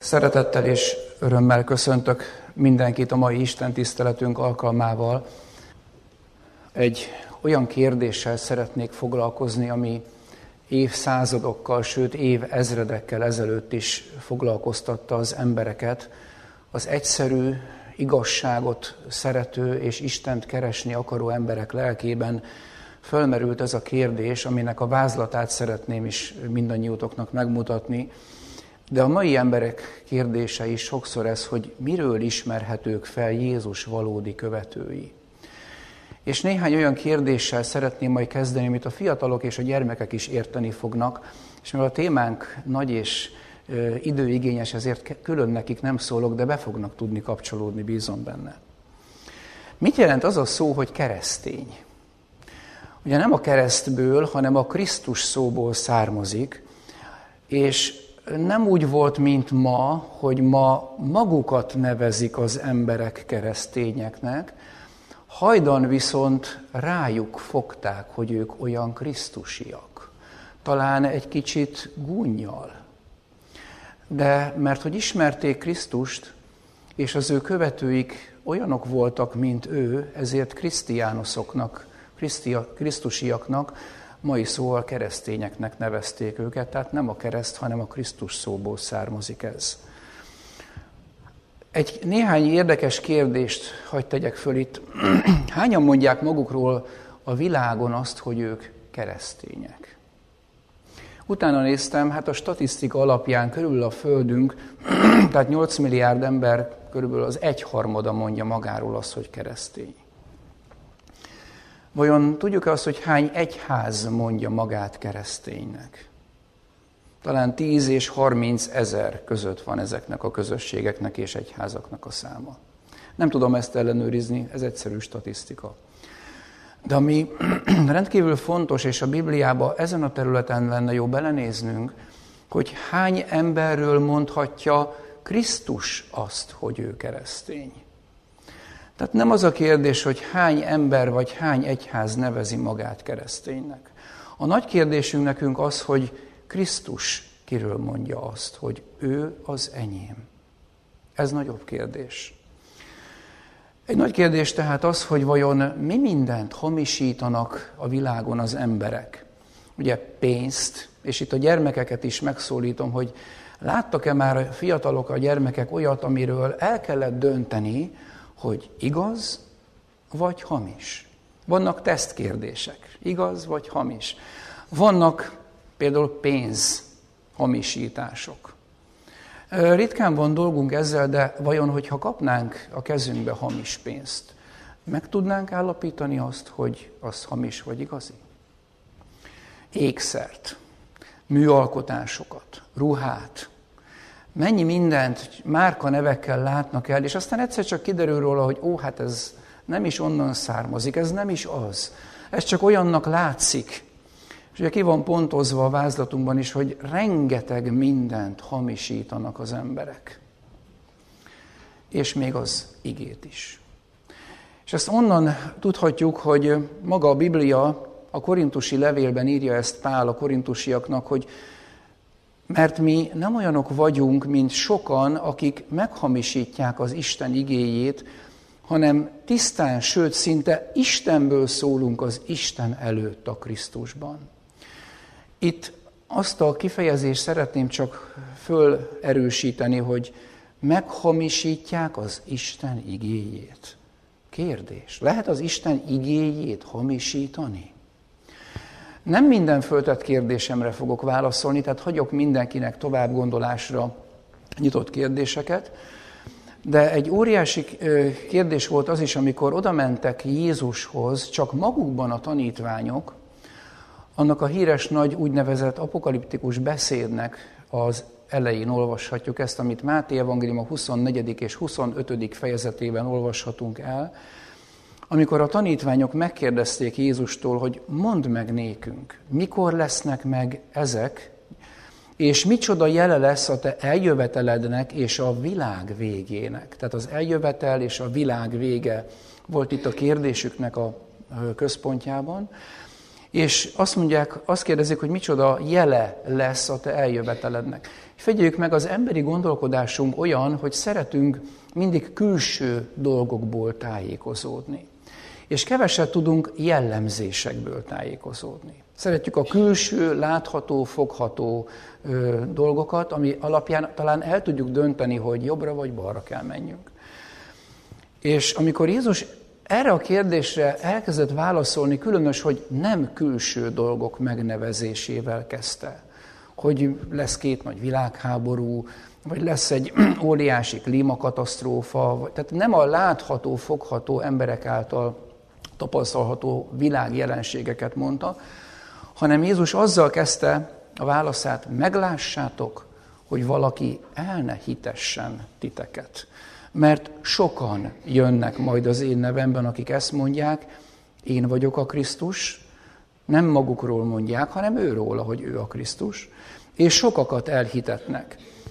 Szeretettel és örömmel köszöntök mindenkit a mai Isten tiszteletünk alkalmával. Egy olyan kérdéssel szeretnék foglalkozni, ami évszázadokkal, sőt évezredekkel ezelőtt is foglalkoztatta az embereket. Az egyszerű, igazságot szerető és Istent keresni akaró emberek lelkében fölmerült ez a kérdés, aminek a vázlatát szeretném is mindannyiótoknak megmutatni. De a mai emberek kérdése is sokszor ez, hogy miről ismerhetők fel Jézus valódi követői. És néhány olyan kérdéssel szeretném majd kezdeni, amit a fiatalok és a gyermekek is érteni fognak, és mivel a témánk nagy és időigényes, ezért külön nekik nem szólok, de be fognak tudni kapcsolódni, bízom benne. Mit jelent az a szó, hogy keresztény? Ugye nem a keresztből, hanem a Krisztus szóból származik, és nem úgy volt, mint ma, hogy ma magukat nevezik az emberek keresztényeknek, hajdan viszont rájuk fogták, hogy ők olyan krisztusiak. Talán egy kicsit gúnnyal. De mert hogy ismerték Krisztust, és az ő követőik olyanok voltak, mint ő, ezért krisztusiaknak, mai szóval keresztényeknek nevezték őket, tehát nem a kereszt, hanem a Krisztus szóból származik ez. Néhány érdekes kérdést hadd tegyek föl itt. Hányan mondják magukról a világon azt, hogy ők keresztények? Utána néztem, hát a statisztika alapján körülbelül a Földünk, tehát 8 milliárd ember, körülbelül az 1/3 mondja magáról azt, hogy keresztény. Vajon tudjuk-e azt, hogy hány egyház mondja magát kereszténynek? Talán 10 és 30 ezer között van ezeknek a közösségeknek és egyházaknak a száma. Nem tudom ezt ellenőrizni, ez egyszerű statisztika. De ami rendkívül fontos, és a Bibliában ezen a területen lenne jó belenéznünk, hogy hány emberről mondhatja Krisztus azt, hogy ő keresztény. Tehát nem az a kérdés, hogy hány ember vagy hány egyház nevezi magát kereszténynek. A nagy kérdésünk nekünk az, hogy Krisztus kiről mondja azt, hogy ő az enyém. Ez nagyobb kérdés. Egy nagy kérdés tehát az, hogy vajon mi mindent hamisítanak a világon az emberek. Ugye pénzt, és itt a gyermekeket is megszólítom, hogy láttak-e már a fiatalok, a gyermekek olyat, amiről el kellett dönteni, hogy igaz vagy hamis. Vannak tesztkérdések, igaz vagy hamis. Vannak például pénzhamisítások. Ritkán van dolgunk ezzel, de vajon, hogyha kapnánk a kezünkbe hamis pénzt, meg tudnánk állapítani azt, hogy az hamis vagy igazi? Ékszert, műalkotásokat, ruhát, mennyi mindent márkanevekkel látnak el, és aztán egyszer csak kiderül róla, hogy hát ez nem is onnan származik, ez nem is az. Ez csak olyannak látszik. És ugye ki van pontozva a vázlatunkban is, hogy rengeteg mindent hamisítanak az emberek. És még az igét is. És ezt onnan tudhatjuk, hogy maga a Biblia a korintusi levélben írja ezt Pál a korintusiaknak, hogy mert mi nem olyanok vagyunk, mint sokan, akik meghamisítják az Isten igéjét, hanem tisztán, sőt szinte Istenből szólunk az Isten előtt a Krisztusban. Itt azt a kifejezést szeretném csak fölerősíteni, hogy meghamisítják az Isten igéjét. Kérdés, lehet az Isten igéjét hamisítani? Nem minden föltett kérdésemre fogok válaszolni, tehát hagyok mindenkinek tovább gondolásra nyitott kérdéseket, de egy óriási kérdés volt az is, amikor odamentek Jézushoz, csak magukban a tanítványok, annak a híres nagy úgynevezett apokaliptikus beszédnek az elején olvashatjuk ezt, amit Máté evangélium a 24. és 25. fejezetében olvashatunk el, amikor a tanítványok megkérdezték Jézustól, hogy mondd meg nékünk, mikor lesznek meg ezek, és micsoda jele lesz a te eljövetelednek és a világ végének. Tehát az eljövetel és a világ vége volt itt a kérdésüknek a központjában. És azt kérdezik, hogy micsoda jele lesz a te eljövetelednek. Figyeljük meg, az emberi gondolkodásunk olyan, hogy szeretünk mindig külső dolgokból tájékozódni. És keveset tudunk jellemzésekből tájékozódni. Szeretjük a külső, látható, fogható dolgokat, ami alapján talán el tudjuk dönteni, hogy jobbra vagy balra kell menjünk. És amikor Jézus erre a kérdésre elkezdett válaszolni, különös, hogy nem külső dolgok megnevezésével kezdte. Hogy lesz 2 nagy világháború, vagy lesz egy óriási klímakatasztrófa, tehát nem a látható, fogható emberek által tapasztalható világjelenségeket mondta, hanem Jézus azzal kezdte a válaszát, meglássátok, hogy valaki el ne hitessen titeket. Mert sokan jönnek majd az én nevemben, akik ezt mondják, én vagyok a Krisztus, nem magukról mondják, hanem őróla, hogy ő a Krisztus, és sokakat elhitetnek.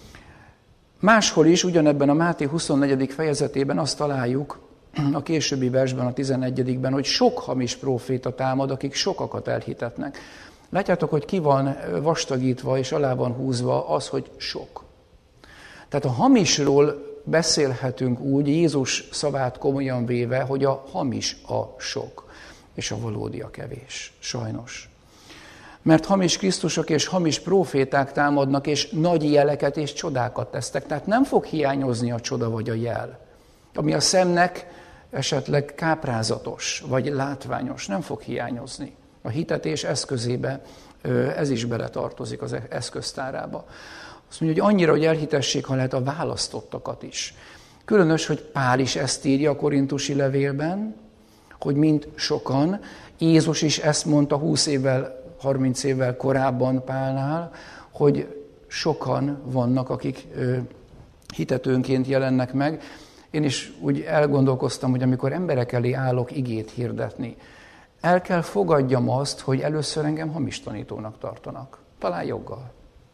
Máshol is, ugyanebben a Máté 24. fejezetében azt találjuk, a későbbi versben, a 11-ben, hogy sok hamis próféta támad, akik sokakat elhitetnek. Látjátok, hogy ki van vastagítva és alá van húzva az, hogy sok. Tehát a hamisról beszélhetünk úgy, Jézus szavát komolyan véve, hogy a hamis a sok, és a valódi a kevés. Sajnos. Mert hamis Krisztusok és hamis próféták támadnak, és nagy jeleket és csodákat tesztek. Tehát nem fog hiányozni a csoda vagy a jel, ami a szemnek esetleg káprázatos, vagy látványos, nem fog hiányozni. A hitetés eszközébe ez is beletartozik az eszköztárába. Azt mondja, hogy annyira, hogy elhitessék, ha lehet a választottakat is. Különös, hogy Pál is ezt írja a korintusi levélben, hogy mint sokan, Jézus is ezt mondta 20 évvel, 30 évvel korábban Pálnál, hogy sokan vannak, akik hitetőnként jelennek meg. Én is úgy elgondolkoztam, hogy amikor emberek elé állok igét hirdetni, el kell fogadjam azt, hogy először engem hamis tanítónak tartanak. Talán joggal.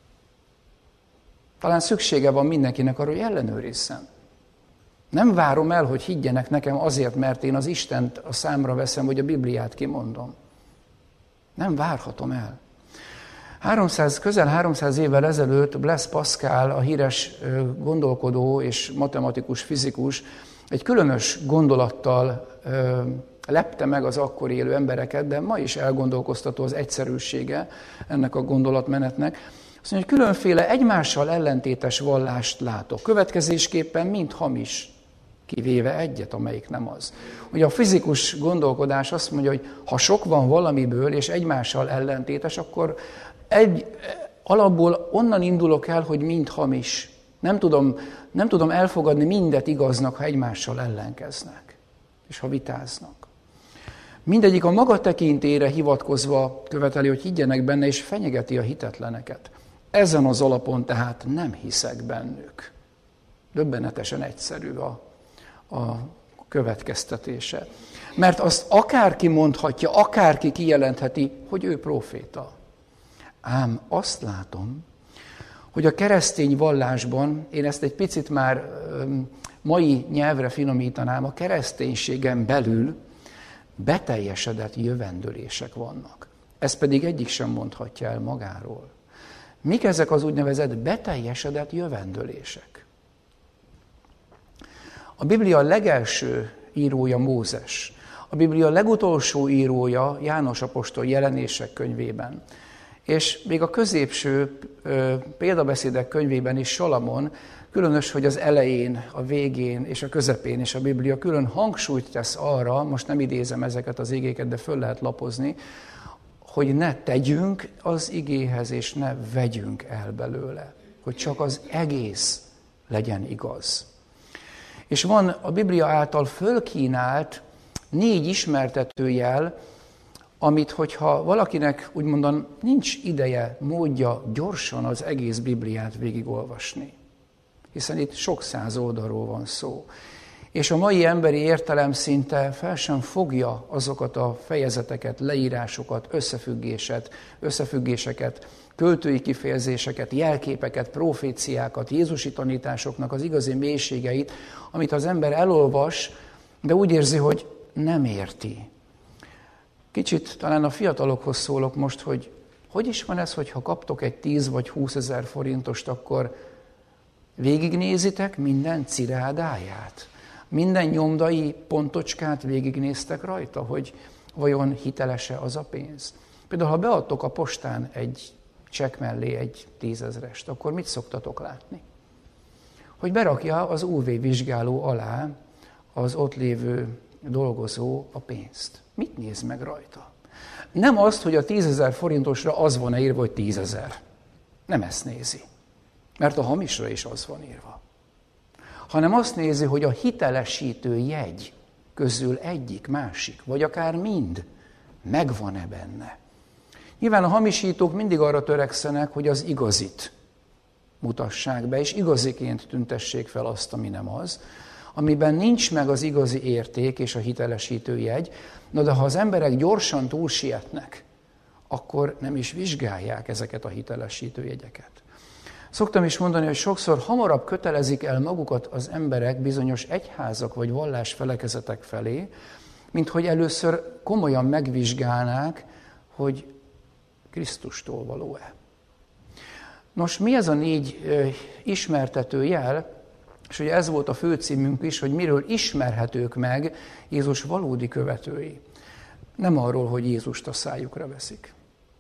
Talán szüksége van mindenkinek arra, hogy ellenőrizzen. Nem várom el, hogy higgyenek nekem azért, mert én az Istent a számra veszem, vagy a Bibliát kimondom. Nem várhatom el. Közel 300 évvel ezelőtt Blaise Pascal, a híres gondolkodó és matematikus fizikus egy különös gondolattal lepte meg az akkor élő embereket, de ma is elgondolkoztató az egyszerűsége ennek a gondolatmenetnek. Azt mondja, hogy különféle egymással ellentétes vallást látok. Következésképpen mind hamis, kivéve egyet, amelyik nem az. Ugye a fizikus gondolkodás azt mondja, hogy ha sok van valamiből, és egymással ellentétes, akkor alapból onnan indulok el, hogy mind hamis. Nem tudom elfogadni mindet igaznak, ha egymással ellenkeznek, és ha vitáznak. Mindegyik a maga tekintélyére hivatkozva követeli, hogy higgyenek benne, és fenyegeti a hitetleneket. Ezen az alapon tehát nem hiszek bennük. Döbbenetesen egyszerű a következtetése. Mert azt akárki mondhatja, akárki kijelentheti, hogy ő próféta. Ám azt látom, hogy a keresztény vallásban, én ezt egy picit már mai nyelvre finomítanám, a kereszténységen belül beteljesedett jövendőlések vannak. Ez pedig egyik sem mondhatja el magáról. Mik ezek az úgynevezett beteljesedett jövendőlések? A Biblia legelső írója Mózes, a Biblia legutolsó írója János apostol Jelenések könyvében, és még a középső példabeszédek könyvében is Salamon, különös, hogy az elején, a végén és a közepén is a Biblia külön hangsúlyt tesz arra, most nem idézem ezeket az igéket, de föl lehet lapozni, hogy ne tegyünk az igéhez, és ne vegyünk el belőle. Hogy csak az egész legyen igaz. És van a Biblia által fölkínált 4 ismertetőjel, amit, hogyha valakinek úgymond nincs ideje, módja gyorsan az egész Bibliát végigolvasni. Hiszen itt sok száz oldalról van szó. És a mai emberi értelem szinte fel sem fogja azokat a fejezeteket, leírásokat, összefüggéseket, költői kifejezéseket, jelképeket, proféciákat, jézusi tanításoknak az igazi mélységeit, amit az ember elolvas, de úgy érzi, hogy nem érti. Kicsit talán a fiatalokhoz szólok most, hogy is van ez, hogy ha kaptok egy 10 vagy 20 ezer forintost, akkor végignézitek minden cirádáját? Minden nyomdai pontocskát végignéztek rajta, hogy vajon hiteles-e az a pénz? Például, ha beadtok a postán egy csekk mellé egy 10 000-est, akkor mit szoktatok látni? Hogy berakja az UV vizsgáló alá az ott lévő dolgozó a pénzt. Mit néz meg rajta? Nem azt, hogy a 10 000 forintosra az van írva, hogy 10 000. Nem ezt nézi. Mert a hamisra is az van írva. Hanem azt nézi, hogy a hitelesítő jegy közül egyik, másik, vagy akár mind megvan-e benne. Nyilván a hamisítók mindig arra törekszenek, hogy az igazit mutassák be, és igaziként tüntessék fel azt, ami nem az, amiben nincs meg az igazi érték és a hitelesítő jegy. Na de ha az emberek gyorsan túlsietnek, akkor nem is vizsgálják ezeket a hitelesítő jegyeket. Szoktam is mondani, hogy sokszor hamarabb kötelezik el magukat az emberek bizonyos egyházak vagy vallásfelekezetek felé, mint hogy először komolyan megvizsgálnák, hogy Krisztustól való-e. Nos, mi ez a 4 ismertető jel? És ugye ez volt a főcímünk is, hogy miről ismerhetők meg Jézus valódi követői. Nem arról, hogy Jézust a szájukra veszik.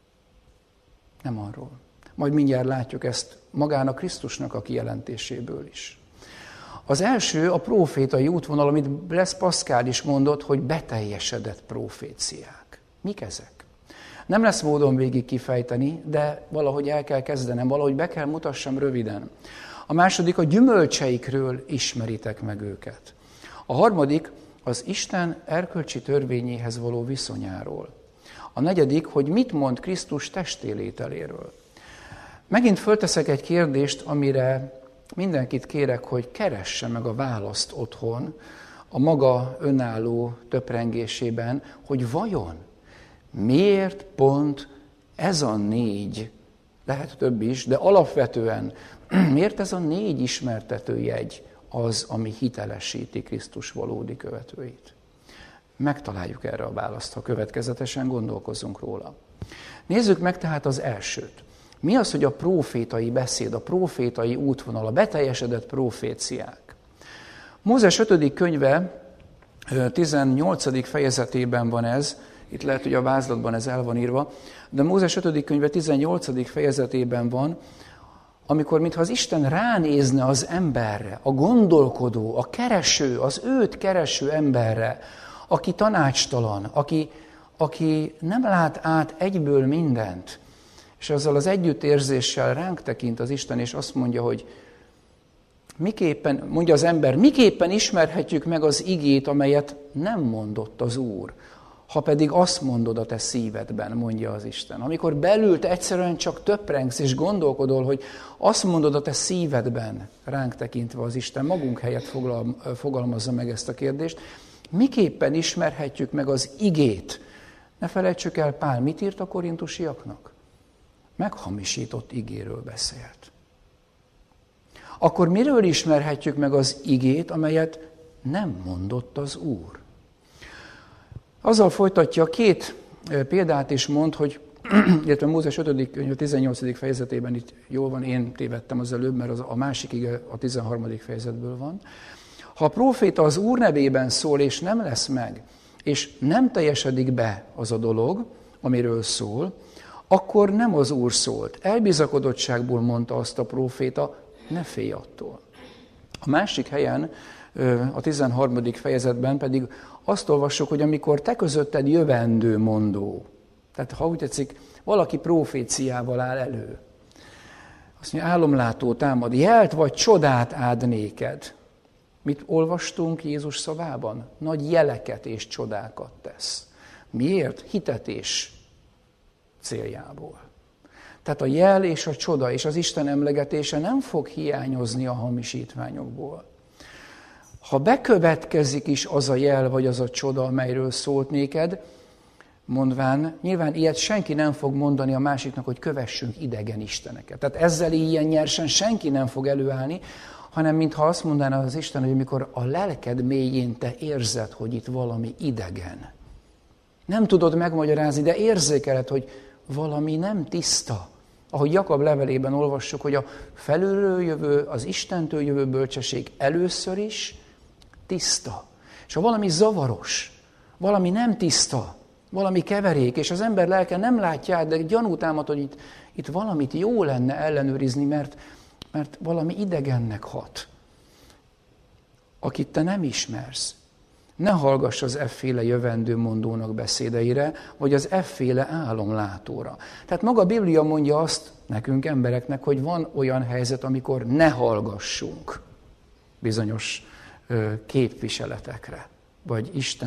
Nem arról. Majd mindjárt látjuk ezt magának Krisztusnak a kijelentéséből is. Az első a prófétai útvonal, amit Blaise Pascal is mondott, hogy beteljesedett proféciák. Mik ezek? Nem lesz módon végig kifejteni, de valahogy el kell kezdenem, valahogy be kell mutassam röviden. A második, a gyümölcseikről ismeritek meg őket. A harmadik, az Isten erkölcsi törvényéhez való viszonyáról. A negyedik, hogy mit mond Krisztus testélételéről. Megint fölteszek egy kérdést, amire mindenkit kérek, hogy keresse meg a választ otthon, a maga önálló töprengésében, hogy vajon miért pont ez a 4, lehet több is, de alapvetően miért ez a 4 ismertető jegy az, ami hitelesíti Krisztus valódi követőit? Megtaláljuk erre a választ, ha következetesen gondolkozunk róla. Nézzük meg tehát az elsőt. Mi az, hogy a prófétai beszéd, a prófétai útvonal, a beteljesedett proféciák? Mózes 5. könyve 18. fejezetében van ez, itt lehet, hogy a vázlatban ez el van írva, de Mózes 5. könyve 18. fejezetében van, amikor mintha az Isten ránézne az emberre, a gondolkodó, a kereső, az őt kereső emberre, aki tanácstalan, aki nem lát át egyből mindent, és azzal az együttérzéssel ránk tekint az Isten, és azt mondja, hogy miképpen, mondja az ember, miképpen ismerhetjük meg az igét, amelyet nem mondott az Úr, ha pedig azt mondod a te szívedben, mondja az Isten. Amikor belül te egyszerűen csak töprengsz és gondolkodol, hogy azt mondod a te szívedben, ránk tekintve az Isten, magunk helyett fogalmazza meg ezt a kérdést, miképpen ismerhetjük meg az igét? Ne felejtsük el, Pál mit írt a korintusiaknak? Meghamisított igéről beszélt. Akkor miről ismerhetjük meg az igét, amelyet nem mondott az Úr? Azzal folytatja, 2 példát is mond, hogy, illetve Mózes 5. könyv 18. fejezetében itt jól van, én tévedtem az előbb, mert a másik ige a 13. fejezetből van. Ha a próféta az Úr nevében szól, és nem lesz meg, és nem teljesedik be az a dolog, amiről szól, akkor nem az Úr szólt. Elbizakodottságból mondta azt a próféta, ne félj attól. A másik helyen, a 13. fejezetben pedig azt olvassuk, hogy amikor te közötted jövendő mondó, tehát ha úgy tetszik, valaki proféciával áll elő, azt mondja, álomlátó támad, jelt vagy csodát áld néked. Mit olvastunk Jézus szavában? Nagy jeleket és csodákat tesz. Miért? Hitetés céljából. Tehát a jel és a csoda és az Isten emlegetése nem fog hiányozni a hamisítványokból. Ha bekövetkezik is az a jel vagy az a csoda, amelyről szólt néked, mondván, nyilván ilyet senki nem fog mondani a másiknak, hogy kövessünk idegen isteneket. Tehát ezzel ilyen nyersen senki nem fog előállni, hanem mintha azt mondaná az Isten, hogy amikor a lelked mélyén te érzed, hogy itt valami idegen, Nem tudod megmagyarázni, de érzékeled, hogy valami nem tiszta. Ahogy Jakab levelében olvassuk, hogy a felülről jövő, az Istentől jövő bölcsesség először is tiszta. És ha valami zavaros, valami nem tiszta, valami keverék, és az ember lelke nem látja át, de gyanút támad, hogy itt valamit jó lenne ellenőrizni, mert valami idegennek hat, akit te nem ismersz. Ne hallgass az efféle jövendőmondónak beszédeire, vagy az efféle álomlátóra. Tehát maga a Biblia mondja azt nekünk embereknek, hogy van olyan helyzet, amikor ne hallgassunk bizonyos képviseletekre, vagy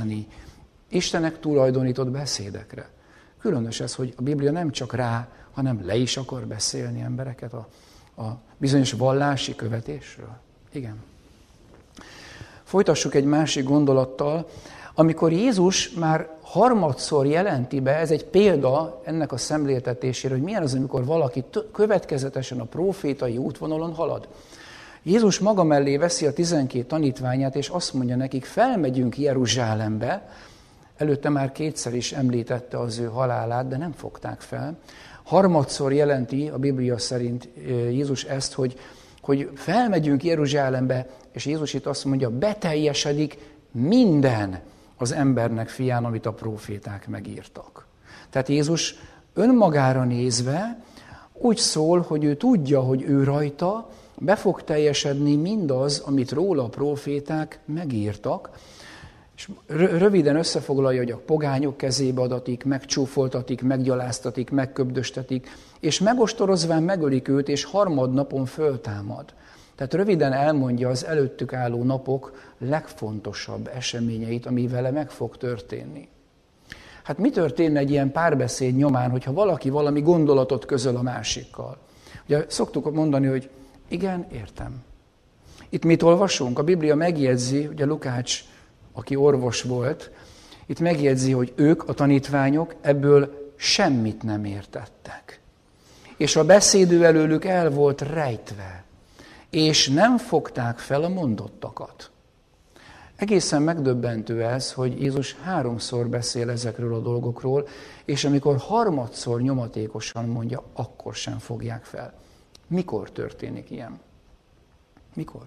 Istennek tulajdonított beszédekre. Különös ez, hogy a Biblia nem csak rá, hanem le is akar beszélni embereket a bizonyos vallási követésről. Igen. Folytassuk egy másik gondolattal. Amikor Jézus már harmadszor jelenti be, ez egy példa ennek a szemléltetésére, hogy milyen az, amikor valaki következetesen a prófétai útvonalon halad. Jézus maga mellé veszi a 12 tanítványát, és azt mondja nekik, felmegyünk Jeruzsálembe. Előtte már kétszer is említette az ő halálát, de nem fogták fel. Harmadszor jelenti a Biblia szerint Jézus ezt, hogy felmegyünk Jeruzsálembe, és Jézus itt azt mondja, beteljesedik minden az embernek fián, amit a próféták megírtak. Tehát Jézus önmagára nézve úgy szól, hogy ő tudja, hogy ő rajta be fog teljesedni mindaz, amit róla a próféták megírtak, és röviden összefoglalja, hogy a pogányok kezébe adatik, megcsúfoltatik, meggyaláztatik, megköbdöstetik, és megostorozván megölik őt, és harmadnapon föltámad. Tehát röviden elmondja az előttük álló napok legfontosabb eseményeit, ami vele meg fog történni. Hát mi történne egy ilyen párbeszéd nyomán, hogyha valaki valami gondolatot közöl a másikkal? Ugye szoktuk mondani, hogy igen, értem. Itt mit olvasunk? A Biblia megjegyzi, ugye Lukács, aki orvos volt, itt megjegyzi, hogy ők, a tanítványok ebből semmit nem értettek. És a beszédő előlük el volt rejtve, és nem fogták fel a mondottakat. Egészen megdöbbentő ez, hogy Jézus 3-szor beszél ezekről a dolgokról, és amikor harmadszor nyomatékosan mondja, akkor sem fogják fel. Mikor történik ilyen? Mikor?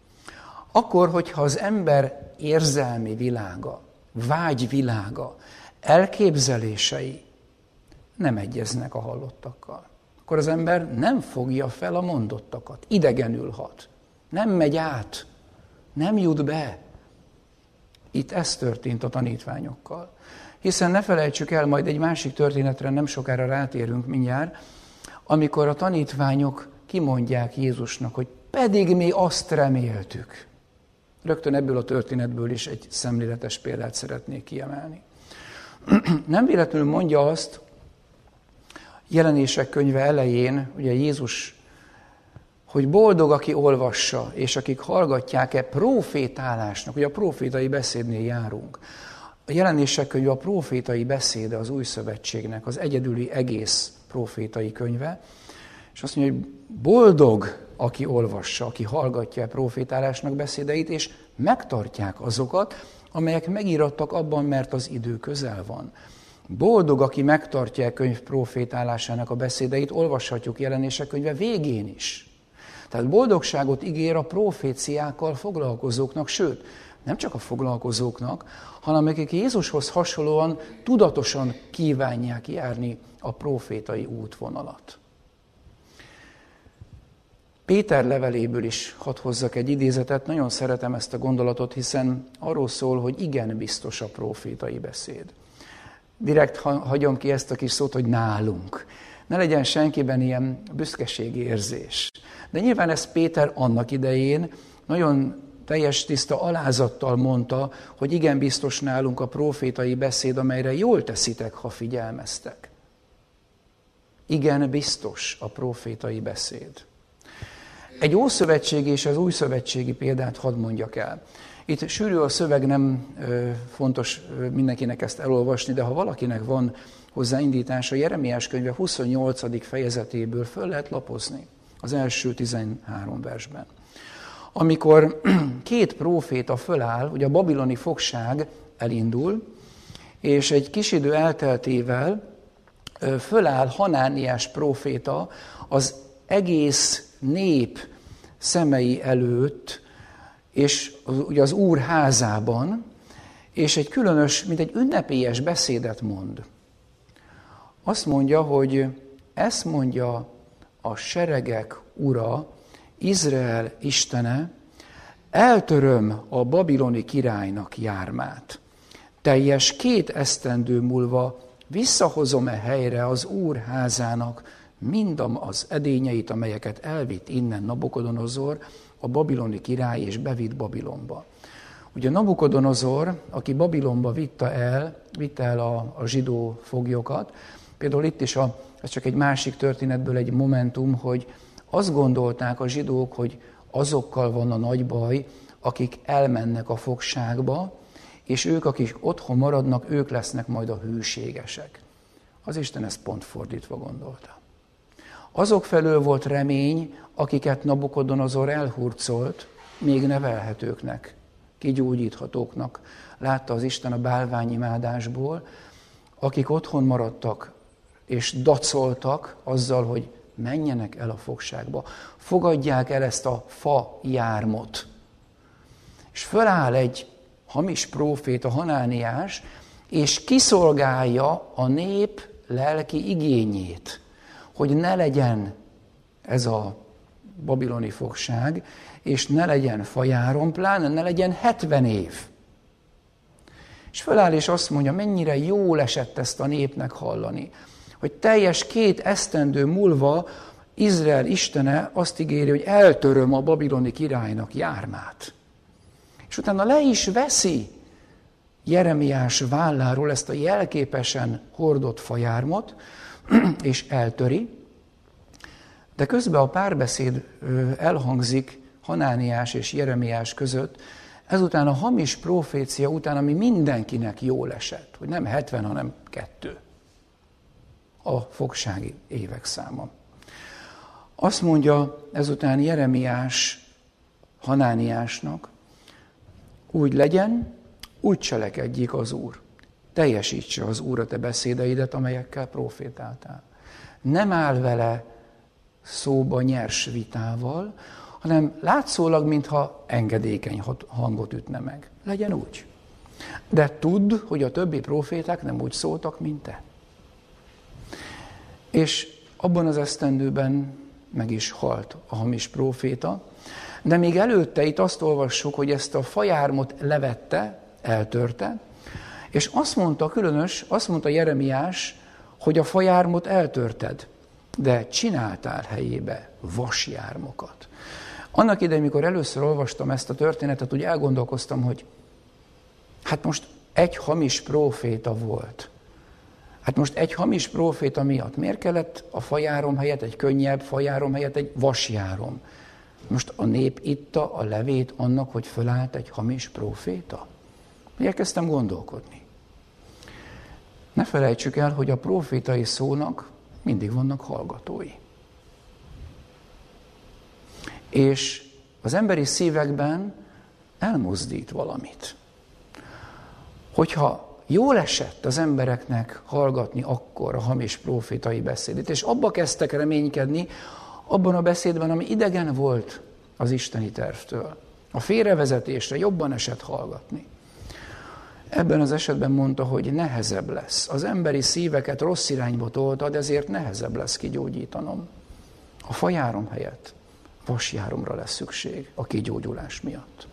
Akkor, hogyha az ember érzelmi világa, vágyvilága, elképzelései nem egyeznek a hallottakkal. Akkor az ember nem fogja fel a mondottakat, idegenül hat, nem megy át, nem jut be. Itt ez történt a tanítványokkal. Hiszen ne felejtsük el, majd egy másik történetre nem sokára rátérünk mindjárt, amikor a tanítványok kimondják Jézusnak, hogy pedig mi azt reméltük. Rögtön ebből a történetből is egy szemléletes példát szeretnék kiemelni. Nem véletlenül mondja azt, Jelenések könyve elején, ugye Jézus, hogy boldog, aki olvassa, és akik hallgatják-e prófétálásnak, ugye a prófétai beszédnél járunk. A Jelenések könyve a prófétai beszéde az új szövetségnek, az egyedüli egész prófétai könyve, és azt mondja, hogy boldog, aki olvassa, aki hallgatja a prófétálásnak beszédeit, és megtartják azokat, amelyek megírattak abban, mert az idő közel van. Boldog, aki megtartja a könyv prófétálásának a beszédeit, olvashatjuk Jelenések könyve végén is. Tehát boldogságot ígér a proféciákkal foglalkozóknak, sőt, nem csak a foglalkozóknak, hanem akik Jézushoz hasonlóan tudatosan kívánják járni a profétai útvonalat. Péter leveléből is hadd hozzak egy idézetet, nagyon szeretem ezt a gondolatot, hiszen arról szól, hogy igen biztos a profétai beszéd. Direkt hagyom ki ezt a kis szót, hogy nálunk. Ne legyen senkiben ilyen büszkeségi érzés. De nyilván ezt Péter annak idején nagyon teljes tiszta alázattal mondta, hogy igen biztos nálunk a profétai beszéd, amelyre jól teszitek, ha figyelmeztek. Igen biztos a profétai beszéd. Egy ószövetségi és az újszövetségi példát hadd mondjak el. Itt sűrű a szöveg, nem fontos mindenkinek ezt elolvasni, de ha valakinek van hozzá indítása, Jeremiás könyve 28. fejezetéből föl lehet lapozni az első 13 versben. Amikor két próféta föláll, ugye a babiloni fogság elindul, és egy kis idő elteltével föláll Hanániás próféta az egész nép szemei előtt, és ugye az Úr házában, és egy különös, mint egy ünnepélyes beszédet mond. Azt mondja, hogy ezt mondja a seregek Ura, Izrael Istene, eltöröm a babiloni királynak jármát. Teljes 2 esztendő múlva visszahozom helyre az Úr házának mind az edényeit, amelyeket elvitt innen Nabukodonozor, a babiloni király, és bevitt Babilonba. Ugye Nabukodonozor, aki Babilonba vitte el a zsidó foglyokat, például itt is ez csak egy másik történetből egy momentum, hogy azt gondolták a zsidók, hogy azokkal van a nagy baj, akik elmennek a fogságba, és ők, akik otthon maradnak, ők lesznek majd a hűségesek. Az Isten ezt pont fordítva gondolta. Azok felől volt remény, akiket Nabukodonozor elhurcolt, még nevelhetőknek, kigyógyíthatóknak. Látta az Isten a bálványimádásból, akik otthon maradtak, és dacoltak azzal, hogy menjenek el a fogságba. Fogadják el ezt a fa jármot. És föláll egy hamis próféta, Hanániás, és kiszolgálja a nép lelki igényét, hogy ne legyen ez a babiloni fogság, és ne legyen fajáron, pláne ne legyen 70 év. És föláll és azt mondja, mennyire jól esett ezt a népnek hallani, hogy teljes 2 esztendő múlva Izrael Istene azt ígéri, hogy eltöröm a babiloni királynak jármát. És utána le is veszi Jeremiás válláról ezt a jelképesen hordott fajármot, és eltöri, de közben a párbeszéd elhangzik Hanániás és Jeremiás között, ezután a hamis profécia után, ami mindenkinek jól esett, hogy nem 70, hanem 2 a fogsági évek száma. Azt mondja ezután Jeremiás Hanániásnak, úgy legyen, úgy cselekedjék az Úr. Teljesítse az Úr a te beszédeidet, amelyekkel profétáltál. Nem áll vele szóba nyers vitával, hanem látszólag, mintha engedékeny hangot ütne meg. Legyen úgy. De tudd, hogy a többi proféták nem úgy szóltak, mint te. És abban az esztendőben meg is halt a hamis próféta, de még előtte itt azt olvassuk, hogy ezt a fajármot levette, eltörte, és azt mondta Jeremiás, hogy a fajármot eltörted, de csináltál helyébe vasjármokat. Annak idején, mikor először olvastam ezt a történetet, úgy elgondolkoztam, hogy hát most egy hamis próféta volt. Hát most egy hamis próféta miatt miért kellett a fajárom helyett, egy könnyebb fajárom helyett egy vasjárom? Most a nép itta a levét annak, hogy fölállt egy hamis próféta? Elkezdtem gondolkodni. Ne felejtsük el, hogy a prófétai szónak mindig vannak hallgatói. És az emberi szívekben elmozdít valamit. Hogyha jól esett az embereknek hallgatni akkor a hamis prófétai beszédét, és abba kezdtek reménykedni, abban a beszédben, ami idegen volt az isteni tervtől. A félrevezetésre jobban esett hallgatni. Ebben az esetben mondta, hogy nehezebb lesz. Az emberi szíveket rossz irányba toltad, ezért nehezebb lesz kigyógyítanom. A fajárom helyett vasjáromra lesz szükség a kigyógyulás miatt.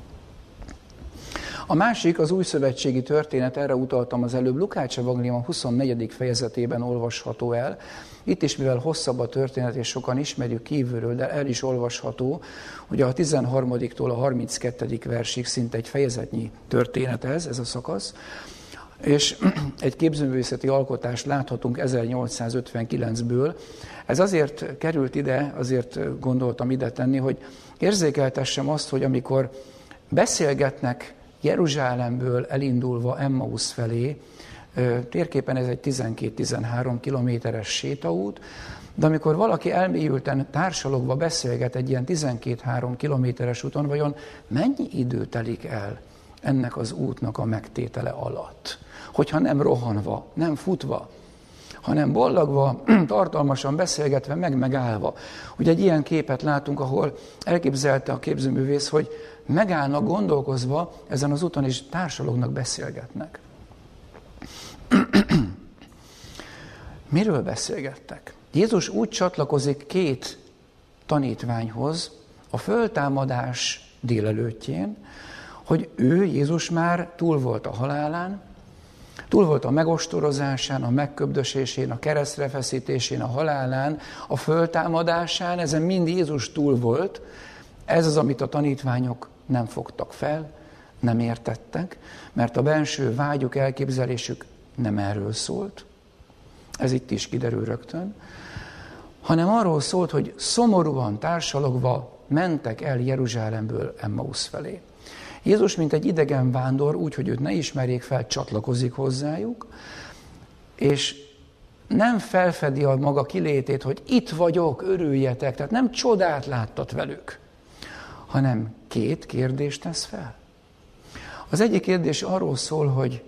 A másik, az újszövetségi történet, erre utaltam az előbb, Lukács evangélium 24. fejezetében olvasható el. Itt is, mivel hosszabb a történet, és sokan ismerjük kívülről, de el is olvasható, hogy a 13-tól a 32. versig szinte egy fejezetnyi történet ez a szakasz, és egy képzőművészeti alkotást láthatunk 1859-ből. Ez azért került ide, azért gondoltam ide tenni, hogy érzékeltessem azt, hogy amikor beszélgetnek Jeruzsálemből elindulva Emmausz felé, térképen ez egy 12-13 kilométeres sétaút, de amikor valaki elmélyülten társalogva beszélget egy ilyen 12-3 kilométeres úton, vajon mennyi idő telik el, ennek az útnak a megtétele alatt. Hogyha nem rohanva, nem futva, hanem bollagva, tartalmasan beszélgetve, megállva. Ugye egy ilyen képet látunk, ahol elképzelte a képzőművész, hogy megállnak gondolkozva ezen az úton, és társalognak, beszélgetnek. Miről beszélgettek? Jézus úgy csatlakozik két tanítványhoz a föltámadás délelőttjén, hogy ő, Jézus már túl volt a halálán, túl volt a megostorozásán, a megköbdösésén, a keresztre feszítésén, a halálán, a föltámadásán, ezen mind Jézus túl volt. Ez az, amit a tanítványok nem fogtak fel, nem értettek, mert a benső vágyuk, elképzelésük nem erről szólt. Ez itt is kiderül rögtön. Hanem arról szólt, hogy szomorúan, társalogva mentek el Jeruzsálemből Emmausz felé. Jézus, mint egy idegen vándor, úgy, hogy őt ne ismerjék fel, csatlakozik hozzájuk, és nem felfedi a maga kilétét, hogy itt vagyok, örüljetek, tehát nem csodát láttat velük, hanem két kérdést tesz fel. Az egyik kérdés arról szól, hogy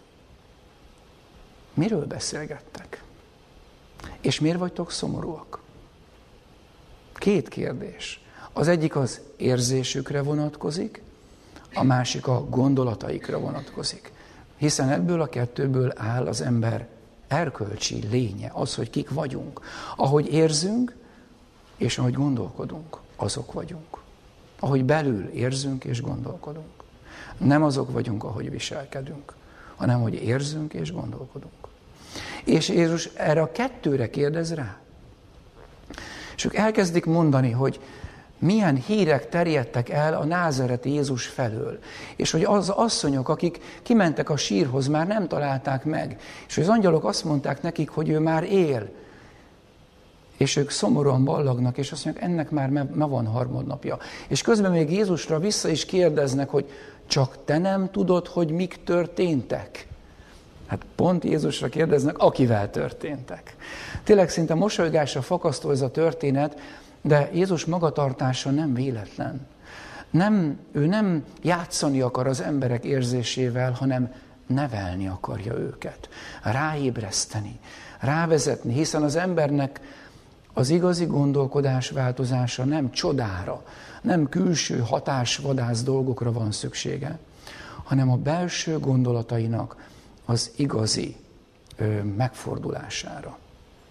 miről beszélgettek, és miért vagytok szomorúak? Két kérdés. Az egyik az érzésükre vonatkozik, a másik a gondolataikra vonatkozik. Hiszen ebből a kettőből áll az ember erkölcsi lénye, az, hogy kik vagyunk. Ahogy érzünk, és ahogy gondolkodunk, azok vagyunk. Ahogy belül érzünk és gondolkodunk. Nem azok vagyunk, ahogy viselkedünk, hanem hogy érzünk és gondolkodunk. És Jézus erre a kettőre kérdez rá. És ők elkezdik mondani, hogy milyen hírek terjedtek el a názáreti Jézus felől. És hogy az asszonyok, akik kimentek a sírhoz, már nem találták meg. És hogy az angyalok azt mondták nekik, hogy ő már él. És ők szomorúan ballagnak, és azt mondják, ennek már ma van harmadnapja. És közben még Jézusra vissza is kérdeznek, hogy csak te nem tudod, hogy mik történtek? Hát pont Jézusra kérdeznek, akivel történtek. Tényleg szinte mosolygásra fakasztó ez a történet, de Jézus magatartása nem véletlen. Ő nem játszani akar az emberek érzésével, hanem nevelni akarja őket. Ráébreszteni, rávezetni, hiszen az embernek az igazi gondolkodás változása nem csodára, nem külső hatásvadász dolgokra van szüksége, hanem a belső gondolatainak az igazi megfordulására.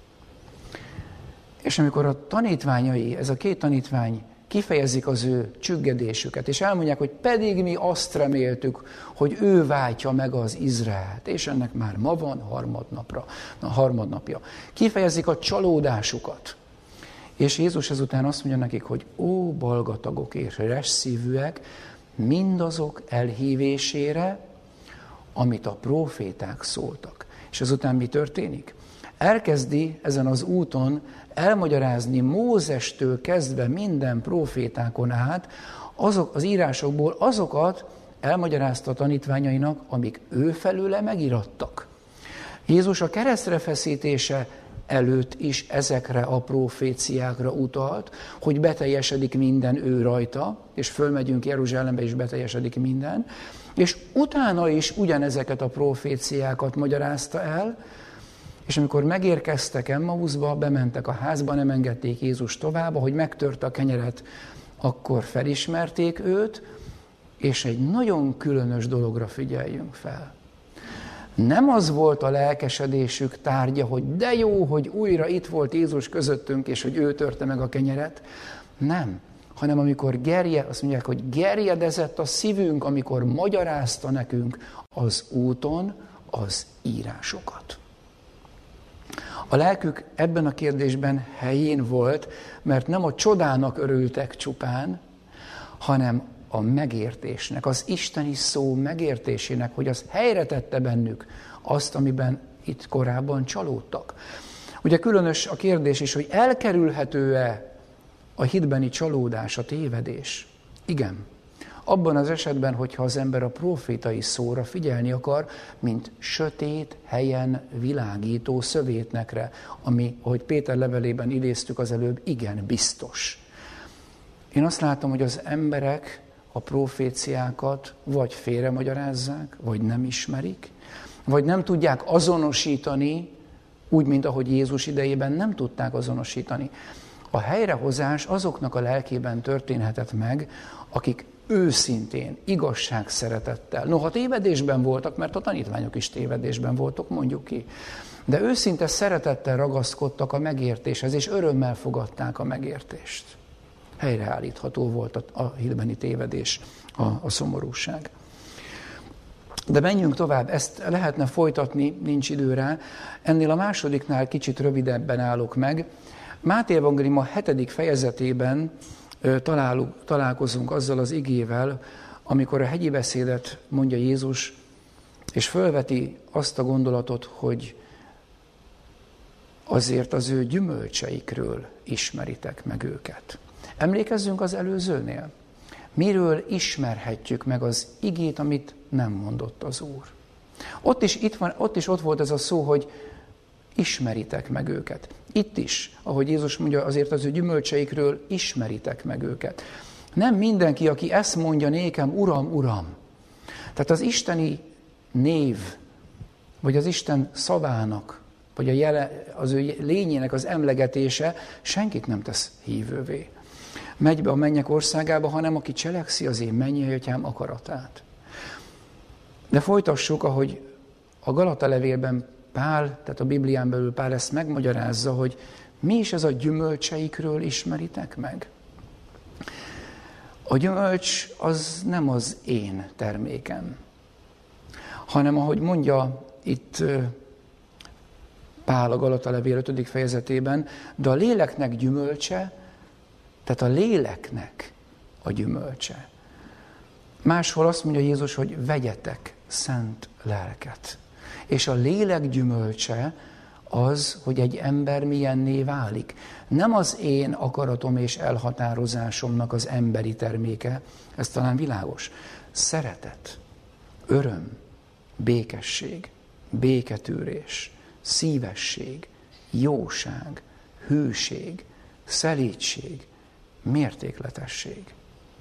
És amikor a tanítványai, ez a két tanítvány kifejezik az ő csüggedésüket, és elmondják, hogy pedig mi azt reméltük, hogy ő váltja meg az Izraelt, és ennek már ma van harmadnapja. Kifejezik a csalódásukat. És Jézus ezután azt mondja nekik, hogy ó, balgatagok és resszívűek, mindazok elhívésére, amit a próféták szóltak. És ezután mi történik? Elkezdi ezen az úton elmagyarázni Mózestől kezdve minden prófétákon át, azok az írásokból azokat elmagyarázta a tanítványainak, amik ő felőle megirattak. Jézus a keresztre feszítése előtt is ezekre a proféciákra utalt, hogy beteljesedik minden ő rajta, és fölmegyünk Jeruzsálembe, és beteljesedik minden, és utána is ugyanezeket a proféciákat magyarázta el, és amikor megérkeztek Emmauszba, bementek a házba, nem engedték Jézus tovább, ahogy megtörte a kenyeret, akkor felismerték őt, és egy nagyon különös dologra figyeljünk fel. Nem az volt a lelkesedésük tárgya, hogy de jó, hogy újra itt volt Jézus közöttünk, és hogy ő törte meg a kenyeret. Nem, hanem amikor azt mondják, hogy gerjedezett a szívünk, amikor magyarázta nekünk az úton az írásokat. A lelkük ebben a kérdésben helyén volt, mert nem a csodának örültek csupán, hanem a megértésnek, az isteni szó megértésének, hogy az helyre tette bennük azt, amiben itt korábban csalódtak. Ugye különös a kérdés is, hogy elkerülhető-e a hitbeni csalódás, a tévedés? Igen. Abban az esetben, hogyha az ember a profétai szóra figyelni akar, mint sötét helyen világító szövétnekre, ami, ahogy Péter levelében idéztük az előbb, igen biztos. Én azt látom, hogy az emberek a proféciákat vagy félremagyarázzák, vagy nem ismerik, vagy nem tudják azonosítani, úgy, mint ahogy Jézus idejében nem tudták azonosítani. A helyrehozás azoknak a lelkében történhetett meg, akik őszintén, igazságszeretettel, noha tévedésben voltak, mert a tanítványok is tévedésben voltak, mondjuk ki, de őszinte szeretettel ragaszkodtak a megértéshez, és örömmel fogadták a megértést. Helyreállítható volt a hídbeni tévedés, a szomorúság. De menjünk tovább, ezt lehetne folytatni, nincs idő rá. Ennél a másodiknál kicsit rövidebben állok meg. Máté evangélium a 7. fejezetében találkozunk azzal az igével, amikor a hegyi beszédet mondja Jézus, és fölveti azt a gondolatot, hogy azért az ő gyümölcseikről ismeritek meg őket. Emlékezzünk az előzőnél. Miről ismerhetjük meg az igét, amit nem mondott az Úr? Ott is volt ez a szó, hogy ismeritek meg őket. Itt is, ahogy Jézus mondja, azért az ő gyümölcseikről ismeritek meg őket. Nem mindenki, aki ezt mondja nékem, Uram, Uram. Tehát az isteni név, vagy az Isten szavának, vagy az ő lényének az emlegetése senkit nem tesz hívővé. Megy be a mennyek országába, hanem aki cselekszi az én mennyei atyám akaratát. De folytassuk, ahogy a Galata levélben Pál, tehát a Biblián belül Pál ezt megmagyarázza, hogy mi is ez a gyümölcseikről ismeritek meg. A gyümölcs az nem az én termékem, hanem ahogy mondja itt Pál a Galata levél 5. fejezetében, de a léleknek gyümölcse, tehát a léleknek a gyümölcse. Máshol azt mondja Jézus, hogy vegyetek szent lelket. És a lélek gyümölcse az, hogy egy ember milyenné válik. Nem az én akaratom és elhatározásomnak az emberi terméke, ez talán világos. Szeretet, öröm, békesség, béketűrés, szívesség, jóság, hűség, szelídség, mértékletesség.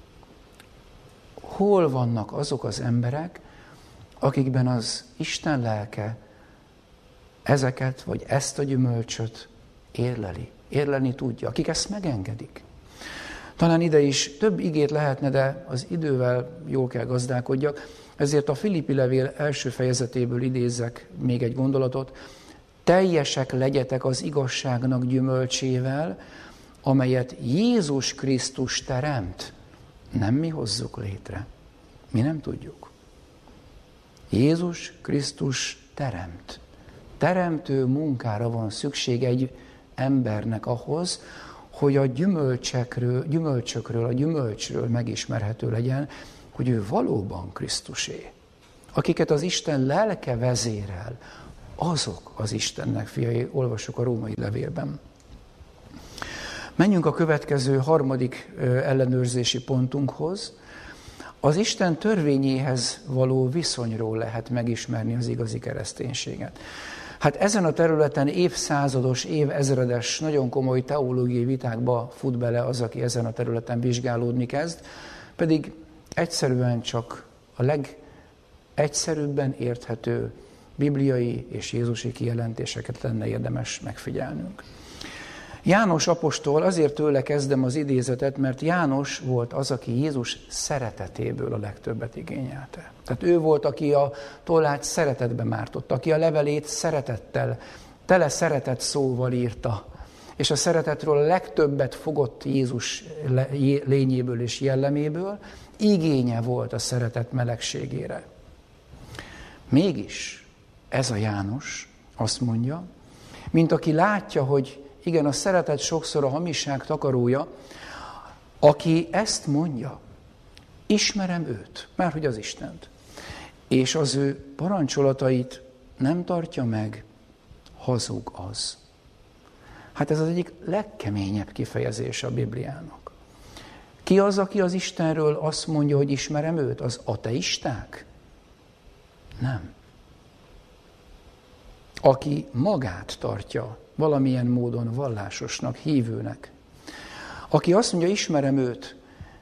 Hol vannak azok az emberek, akikben az Isten lelke ezeket, vagy ezt a gyümölcsöt érlelni tudja, akik ezt megengedik. Talán ide is több igét lehetne, de az idővel jól kell gazdálkodjak, ezért a Filippi levél első fejezetéből idézzek még egy gondolatot. Teljesek legyetek az igazságnak gyümölcsével, amelyet Jézus Krisztus teremt. Nem mi hozzuk létre. Mi nem tudjuk. Jézus Krisztus teremt. Teremtő munkára van szükség egy embernek ahhoz, hogy a gyümölcsökről, a gyümölcsről megismerhető legyen, hogy ő valóban Krisztusé. Akiket az Isten lelke vezérel, azok az Istennek fiai, olvassuk a római levélben. Menjünk a következő harmadik ellenőrzési pontunkhoz. Az Isten törvényéhez való viszonyról lehet megismerni az igazi kereszténységet. Hát ezen a területen évszázados, évezredes, nagyon komoly teológiai vitákba fut bele az, aki ezen a területen vizsgálódni kezd, pedig egyszerűen csak a legegyszerűbben érthető bibliai és jézusi kijelentéseket lenne érdemes megfigyelnünk. János apostol, azért tőle kezdem az idézetet, mert János volt az, aki Jézus szeretetéből a legtöbbet igényelte. Tehát ő volt, aki a tollát szeretetbe mártotta, aki a levelét szeretettel, tele szeretet szóval írta, és a szeretetről a legtöbbet fogott Jézus lényéből és jelleméből, igénye volt a szeretet melegségére. Mégis ez a János azt mondja, mint aki látja, hogy igen, a szeretet sokszor a hamisság takarója, aki ezt mondja, ismerem őt, márhogy az Istent, és az ő parancsolatait nem tartja meg, hazug az. Hát ez az egyik legkeményebb kifejezése a Bibliának. Ki az, aki az Istenről azt mondja, hogy ismerem őt? Az ateisták? Nem. Aki magát tartja valamilyen módon vallásosnak, hívőnek. Aki azt mondja, ismerem őt,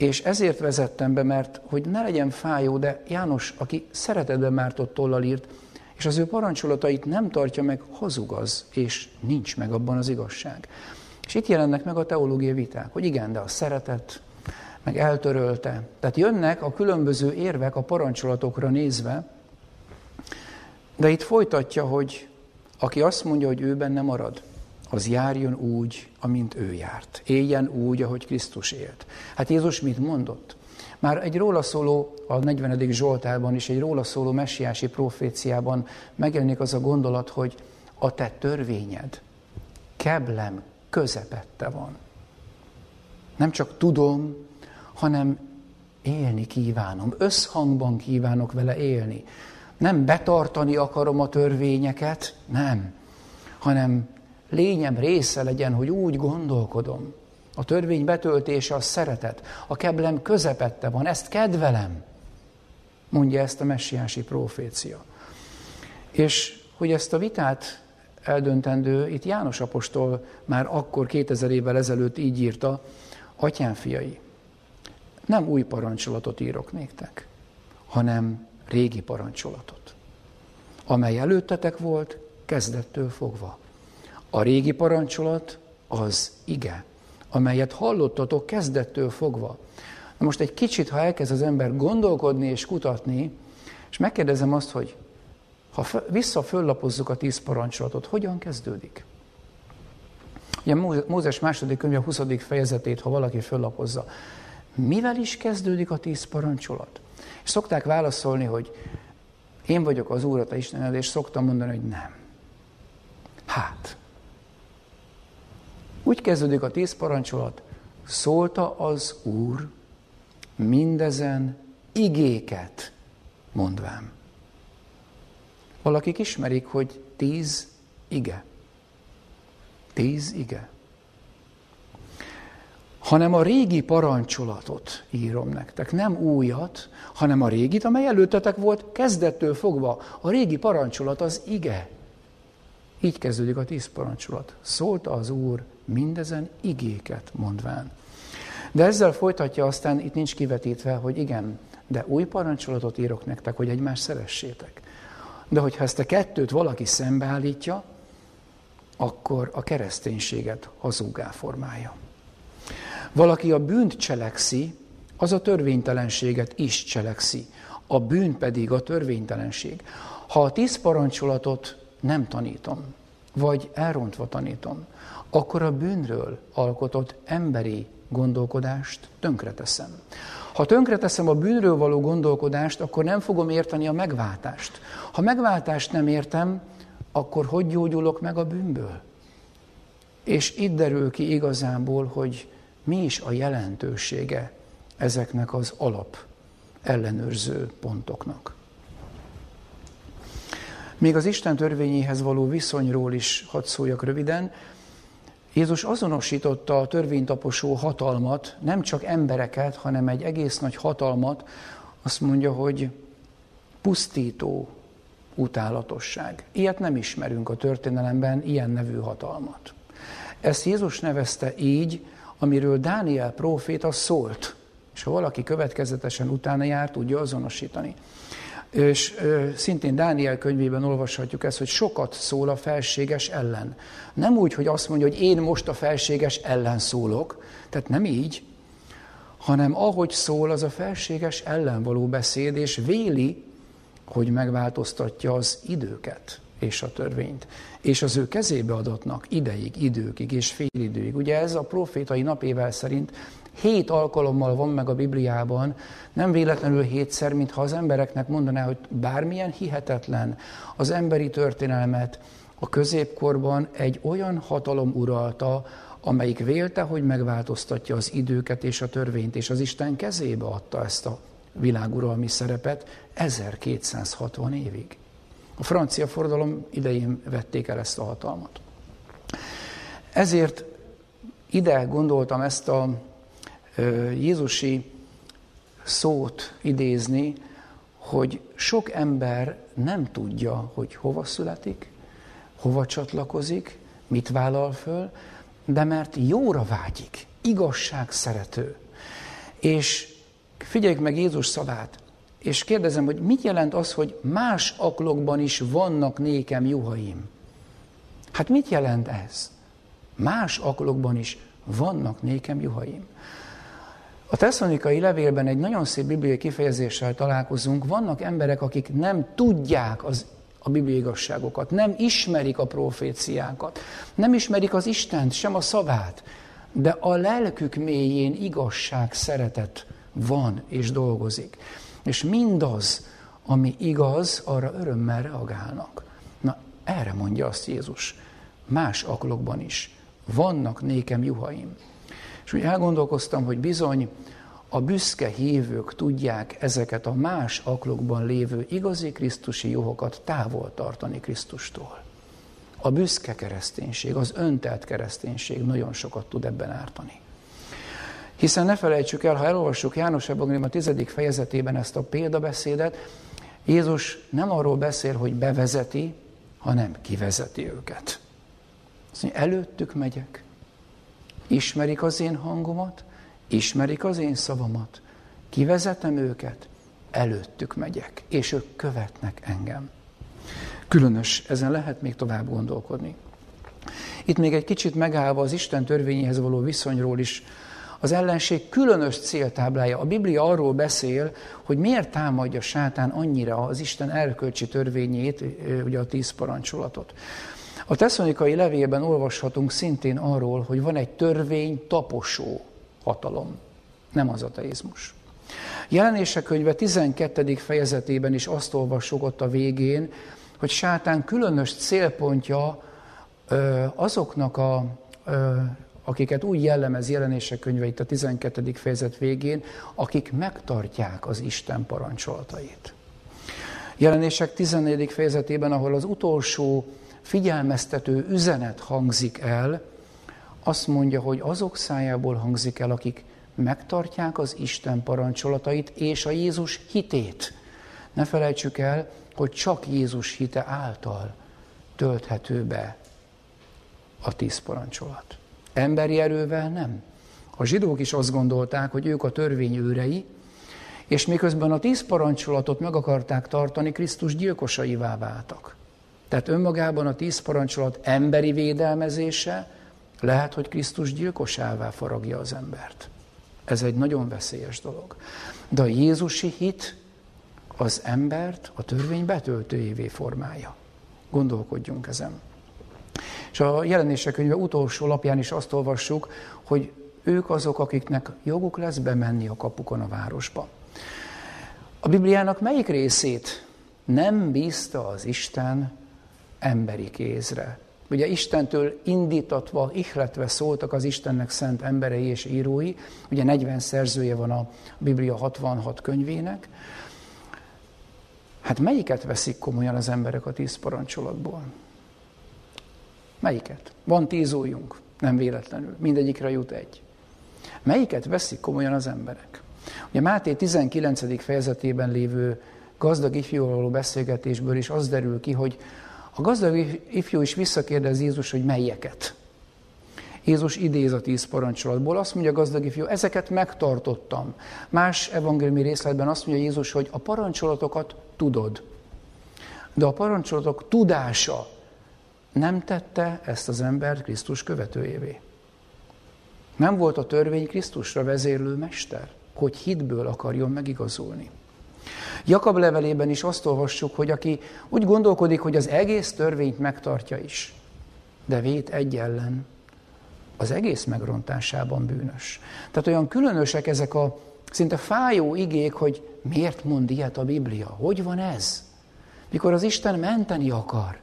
És ezért vezettem be, mert hogy ne legyen fájó, de János, aki szeretetben mártott tollal írt, és az ő parancsolatait nem tartja meg, hazug az, és nincs meg abban az igazság. És itt jelennek meg a teológiai viták, hogy igen, de a szeretet, meg eltörölte. Tehát jönnek a különböző érvek a parancsolatokra nézve, de itt folytatja, hogy aki azt mondja, hogy ő benne marad, az járjon úgy, amint ő járt. Éljen úgy, ahogy Krisztus élt. Hát Jézus mit mondott? Már egy róla szóló, a 40. Zsoltárban is, egy róla szóló messiási proféciában megjelenik az a gondolat, hogy a te törvényed keblem közepette van. Nem csak tudom, hanem élni kívánom. Összhangban kívánok vele élni. Nem betartani akarom a törvényeket, nem, hanem lényem része legyen, hogy úgy gondolkodom. A törvény betöltése a szeretet. A keblem közepette van, ezt kedvelem, mondja ezt a messiási profécia. És hogy ezt a vitát eldöntendő, itt János apostol már akkor 2000 évvel ezelőtt így írta, atyám fiai, nem új parancsolatot írok néktek, hanem régi parancsolatot, amely előttetek volt kezdettől fogva. A régi parancsolat az ige, amelyet hallottatok kezdettől fogva. Na most egy kicsit, ha elkezd az ember gondolkodni és kutatni, és megkérdezem azt, hogy ha visszaföllapozzuk a 10 parancsolatot, hogyan kezdődik? Ugye Mózes második könyve 20. fejezetét, ha valaki föllapozza, mivel is kezdődik a 10 parancsolat? És szokták válaszolni, hogy én vagyok az Úr, a te Istened, és szoktam mondani, hogy nem. Hát, úgy kezdődik a 10 parancsolat, szólta az Úr mindezen igéket mondvám. Valakik ismerik, hogy 10 ige. 10 ige. Hanem a régi parancsolatot írom nektek, nem újat, hanem a régit, amely előttetek volt kezdettől fogva. A régi parancsolat az ige. Így kezdődik a 10 parancsolat. Szólta az Úr mindezen igéket mondván. De ezzel folytatja aztán, itt nincs kivetítve, hogy igen, de új parancsolatot írok nektek, hogy egymást szeressétek. De hogyha ezt a kettőt valaki szembeállítja, akkor a kereszténységet hazuggá formálja. Valaki a bűnt cselekszi, az a törvénytelenséget is cselekszi. A bűn pedig a törvénytelenség. Ha a 10 parancolatot nem tanítom, vagy elrontva tanítom, akkor a bűnről alkotott emberi gondolkodást tönkreteszem. Ha tönkreteszem a bűnről való gondolkodást, akkor nem fogom érteni a megváltást. Ha megváltást nem értem, akkor hogy gyógyulok meg a bűnből? És itt derül ki igazából, hogy mi is a jelentősége ezeknek az alap ellenőrző pontoknak. Még az Isten törvényéhez való viszonyról is hadd szóljak röviden. Jézus azonosította a törvénytaposó hatalmat, nem csak embereket, hanem egy egész nagy hatalmat, azt mondja, hogy pusztító utálatosság. Ilyet nem ismerünk a történelemben, ilyen nevű hatalmat. Ezt Jézus nevezte így, amiről Dániel próféta szólt, és ha valaki következetesen utána jár, tudja azonosítani. És szintén Dániel könyvében olvashatjuk ezt, hogy sokat szól a felséges ellen. Nem úgy, hogy azt mondja, hogy én most a felséges ellen szólok, tehát nem így, hanem ahogy szól, az a felséges ellen való beszéd, és véli, hogy megváltoztatja az időket és a törvényt. És az ő kezébe adottnak ideig, időkig és félidőig. Ugye ez a profétai napével szerint 7 alkalommal van meg a Bibliában, nem véletlenül 7-szer, mintha az embereknek mondaná, hogy bármilyen hihetetlen az emberi történelmet a középkorban egy olyan hatalom uralta, amelyik vélte, hogy megváltoztatja az időket és a törvényt, és az Isten kezébe adta ezt a világuralmi szerepet 1260 évig. A francia forradalom idején vették el ezt a hatalmat. Ezért ide gondoltam ezt a jézusi szót idézni, hogy sok ember nem tudja, hogy hova születik, hova csatlakozik, mit vállal föl, de mert jóra vágyik, igazságszerető, És figyeljük meg Jézus szavát, és kérdezem, hogy mit jelent az, hogy más aklokban is vannak nékem juhaim? Hát mit jelent ez? Más aklokban is vannak nékem juhaim. A Tesszalonikai levélben egy nagyon szép bibliai kifejezéssel találkozunk. Vannak emberek, akik nem tudják a bibliai igazságokat, nem ismerik a proféciákat, nem ismerik az Istent, sem a szavát, de a lelkük mélyén igazság, szeretet van és dolgozik. És mindaz, ami igaz, arra örömmel reagálnak. Na, erre mondja azt Jézus. Más aklokban is vannak nékem juhaim. És úgy elgondolkoztam, hogy bizony a büszke hívők tudják ezeket a más aklokban lévő igazi krisztusi juhokat távol tartani Krisztustól. A büszke kereszténység, az öntelt kereszténység nagyon sokat tud ebben ártani. Hiszen ne felejtsük el, ha elolvassuk János evangélium a 10. fejezetében ezt a példabeszédet, Jézus nem arról beszél, hogy bevezeti, hanem kivezeti őket. Azt mondja, előttük megyek, ismerik az én hangomat, ismerik az én szavamat, kivezetem őket, előttük megyek, és ők követnek engem. Különös, ezen lehet még tovább gondolkodni. Itt még egy kicsit megállva az Isten törvényéhez való viszonyról is, az ellenség különös céltáblája. A Biblia arról beszél, hogy miért támadja sátán annyira az Isten erkölcsi törvényét, ugye a 10 parancsolatot. A Tesszalonikai levélben olvashatunk szintén arról, hogy van egy törvény taposó hatalom, nem az ateizmus. Jelenések könyve 12. fejezetében is azt olvassuk ott a végén, hogy sátán különös célpontja azoknak akiket úgy jellemez Jelenések könyve itt a 12. fejezet végén, akik megtartják az Isten parancsolatait. Jelenések 14. fejezetében, ahol az utolsó figyelmeztető üzenet hangzik el, azt mondja, hogy azok szájából hangzik el, akik megtartják az Isten parancsolatait és a Jézus hitét. Ne felejtsük el, hogy csak Jézus hite által tölthető be a 10 parancsolat. Emberi erővel nem. A zsidók is azt gondolták, hogy ők a törvény őrei, és miközben a 10 parancssolatot meg akarták tartani, Krisztus gyilkosaivá váltak. Tehát önmagában a 10 parancsolat emberi védelmezése lehet, hogy Krisztus gyilkosává faragja az embert. Ez egy nagyon veszélyes dolog. De a jézusi hit az embert a törvény betöltőjévé formálja. Gondolkodjunk ezen. És a Jelenések könyve utolsó lapján is azt olvassuk, hogy ők azok, akiknek joguk lesz bemenni a kapukon a városba. A Bibliának melyik részét nem bízta az Isten emberi kézre? Ugye Istentől indítatva, ihletve szóltak az Istennek szent emberei és írói, ugye 40 szerzője van a Biblia 66 könyvének. Hát melyiket veszik komolyan az emberek a 10 parancsolatból? Melyiket? Van 10 ujjunk, nem véletlenül, mindegyikre jut egy. Melyiket veszik komolyan az emberek? Ugye Máté 19. fejezetében lévő gazdag ifjúról való beszélgetésből is az derül ki, hogy a gazdag ifjú is visszakérdez Jézus, hogy melyeket. Jézus idéz a 10 parancsolatból, azt mondja a gazdag ifjú, ezeket megtartottam. Más evangéliumi részletben azt mondja Jézus, hogy a parancsolatokat tudod. De a parancsolatok tudása nem tette ezt az embert Krisztus követőjévé. Nem volt a törvény Krisztusra vezérlő mester, hogy hitből akarjon megigazulni. Jakab levelében is azt olvassuk, hogy aki úgy gondolkodik, hogy az egész törvényt megtartja is, de vét egy ellen, az egész megrontásában bűnös. Tehát olyan különösek ezek a szinte fájó igék, hogy miért mond ilyet a Biblia? Hogy van ez? Mikor az Isten menteni akar.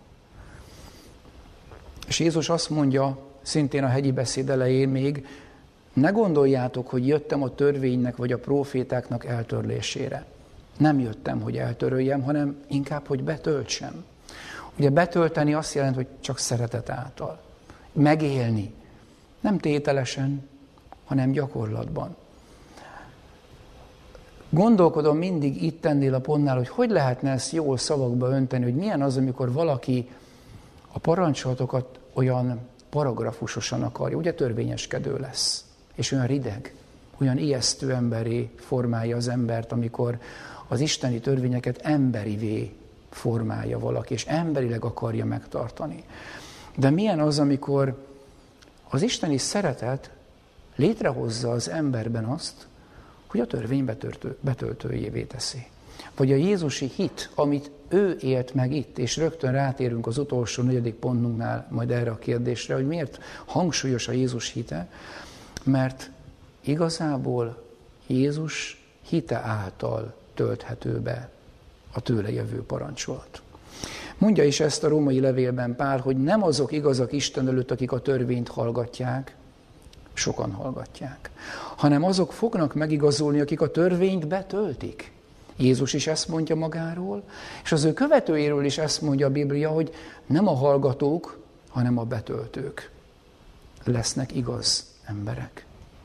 És Jézus azt mondja, szintén a hegyi beszéd elején még, ne gondoljátok, hogy jöttem a törvénynek vagy a prófétáknak eltörlésére. Nem jöttem, hogy eltöröljem, hanem inkább, hogy betöltsem. Ugye betölteni azt jelenti, hogy csak szeretet által. Megélni. Nem tételesen, hanem gyakorlatban. Gondolkodom mindig itt ennél a pontnál, hogy lehetne ezt jól szavakba önteni, hogy milyen az, amikor valaki a parancsolatokat olyan paragrafusosan akarja, ugye törvényeskedő lesz, és olyan rideg, olyan ijesztő emberé formálja az embert, amikor az isteni törvényeket emberivé formálja valaki, és emberileg akarja megtartani. De milyen az, amikor az isteni szeretet létrehozza az emberben azt, hogy a törvény betöltőjévé teszi. Vagy a jézusi hit, amit ő élt meg itt, és rögtön rátérünk az utolsó 4. pontunknál majd erre a kérdésre, hogy miért hangsúlyos a Jézus hite, mert igazából Jézus hite által tölthető be a tőle jövő parancsolat. Mondja is ezt a római levélben Pál, hogy nem azok igazak Isten előtt, akik a törvényt hallgatják, sokan hallgatják, hanem azok fognak megigazulni, akik a törvényt betöltik. Jézus is ezt mondja magáról, és az ő követőiről is ezt mondja a Biblia, hogy nem a hallgatók, hanem a betöltők lesznek igaz emberek.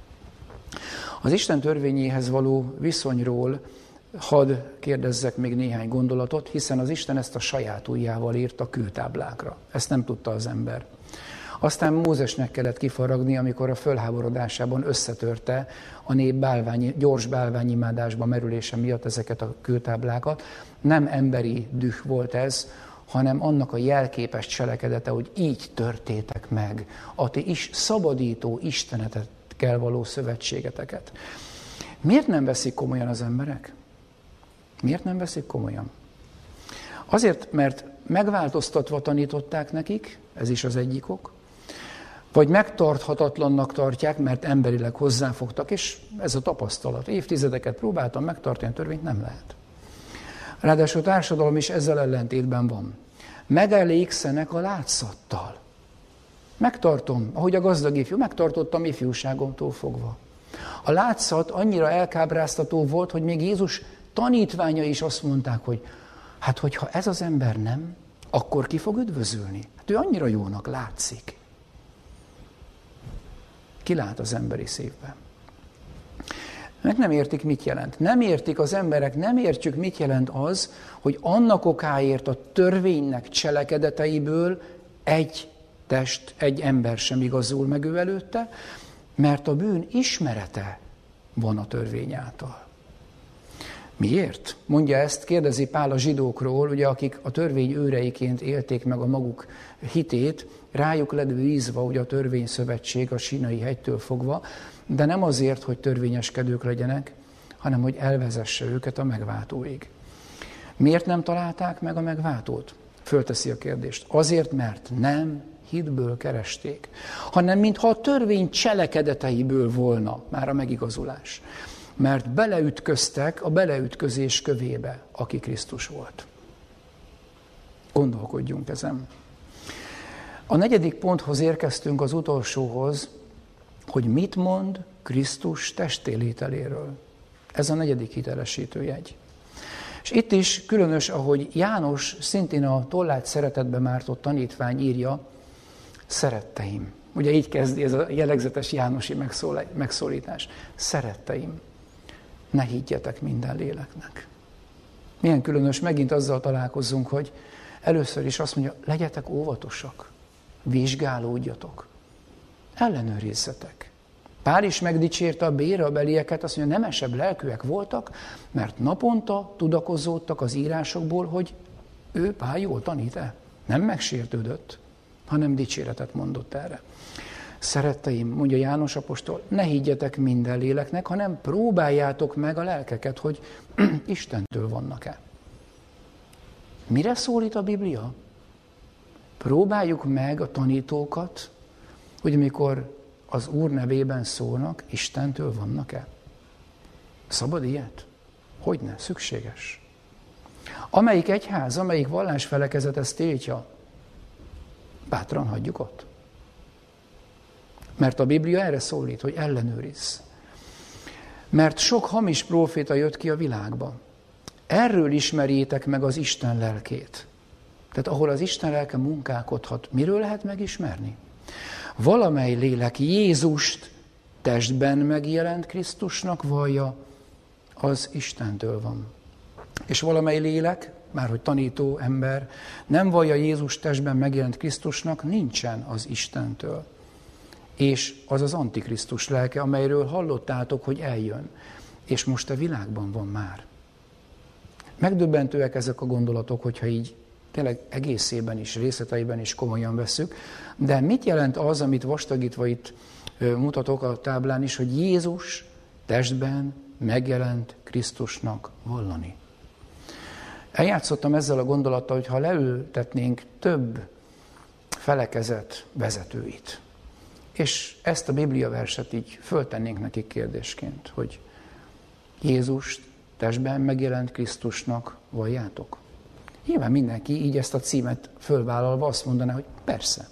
Az Isten törvényéhez való viszonyról hadd kérdezzek még néhány gondolatot, hiszen az Isten ezt a saját ujjával írt a kőtáblákra. Ezt nem tudta az ember. Aztán Mózesnek kellett kifaragni, amikor a fölháborodásában összetörte a nép gyors bálványimádásba merülése miatt ezeket a kőtáblákat. Nem emberi düh volt ez, hanem annak a jelképes cselekedete, hogy így törtétek meg a ti is szabadító istenetekkel való szövetségeteket. Miért nem veszik komolyan az emberek? Miért nem veszik komolyan? Azért, mert megváltoztatva tanították nekik, ez is az egyik ok, vagy megtarthatatlannak tartják, mert emberileg hozzáfogtak, és ez a tapasztalat. Évtizedeket próbáltam megtartani, a törvényt nem lehet. Ráadásul a társadalom is ezzel ellentétben van. Megelégszenek a látszattal. Megtartom, ahogy a gazdag ifjú, megtartottam ifjúságomtól fogva. A látszat annyira elkábráztató volt, hogy még Jézus tanítványai is azt mondták, hogy hát hogyha ez az ember nem, akkor ki fog üdvözülni? Hát ő annyira jónak látszik. Ki lát az emberi szívben? Meg nem értik, mit jelent. Nem értik az emberek, nem értjük, mit jelent az, hogy annak okáért a törvénynek cselekedeteiből egy test, egy ember sem igazul meg ő előtte, mert a bűn ismerete van a törvény által. Miért? Mondja ezt, kérdezi Pál a zsidókról, ugye, akik a törvény őreiként élték meg a maguk hitét, rájuk lett bízva ugye a törvényszövetség a Sínai hegytől fogva, de nem azért, hogy törvényeskedők legyenek, hanem hogy elvezesse őket a megváltóig. Miért nem találták meg a megváltót? Fölteszi a kérdést. Azért, mert nem hitből keresték, hanem mintha a törvény cselekedeteiből volna már a megigazulás. Mert beleütköztek a beleütközés kövébe, aki Krisztus volt. Gondolkodjunk ezen. A 4. ponthoz érkeztünk, az utolsóhoz, hogy mit mond Krisztus testélételéről. Ez a 4. hitelesítő jegy. És itt is különös, ahogy János szintén a tollát szeretetbe mártott tanítvány írja, szeretteim. Ugye így kezdi ez a jellegzetes jánosi megszólítás. Szeretteim, ne higgyetek minden léleknek. Milyen különös, megint azzal találkozzunk, hogy először is azt mondja, legyetek óvatosak, vizsgálódjatok, ellenőrizzetek. Pál is megdicsérte a bérabelieket, azt mondja, nemesebb lelkűek voltak, mert naponta tudakozódtak az írásokból, hogy ő Pál jól tanít-e. Nem megsértődött, hanem dicséretet mondott erre. Szeretteim, mondja János apostol, ne higgyetek minden léleknek, hanem próbáljátok meg a lelkeket, hogy Istentől vannak-e. Mire szólít a Biblia? Próbáljuk meg a tanítókat, hogy amikor az Úr nevében szólnak, Istentől vannak-e? Szabad ilyet? Hogyne? Szükséges. Amelyik egyház, amelyik vallásfelekezet ezt tiltja, bátran hagyjuk ott. Mert a Biblia erre szólít, hogy ellenőrizz. Mert sok hamis próféta jött ki a világba. Erről ismerjétek meg az Isten lelkét. Tehát ahol az Isten lelke munkálkodhat, miről lehet megismerni? Valamely lélek Jézust testben megjelent Krisztusnak vallja, az Istentől van. És valamely lélek, már hogy tanító ember, nem vallja Jézus testben megjelent Krisztusnak, nincsen az Istentől. és az az Antikrisztus lelke, amelyről hallottátok, hogy eljön, és most a világban van már. Megdöbbentőek ezek a gondolatok, hogyha így tényleg egészében is, részleteiben is komolyan vesszük, de mit jelent az, amit vastagítva itt mutatok a táblán is, hogy Jézus testben megjelent Krisztusnak vallani? Eljátszottam ezzel a gondolattal, hogy ha leültetnénk több felekezet vezetőit, és ezt a Biblia verset így föltennénk nekik kérdésként, hogy Jézus testben megjelent Krisztusnak valljátok? Nyilván mindenki így ezt a címet fölvállalva azt mondaná, hogy persze.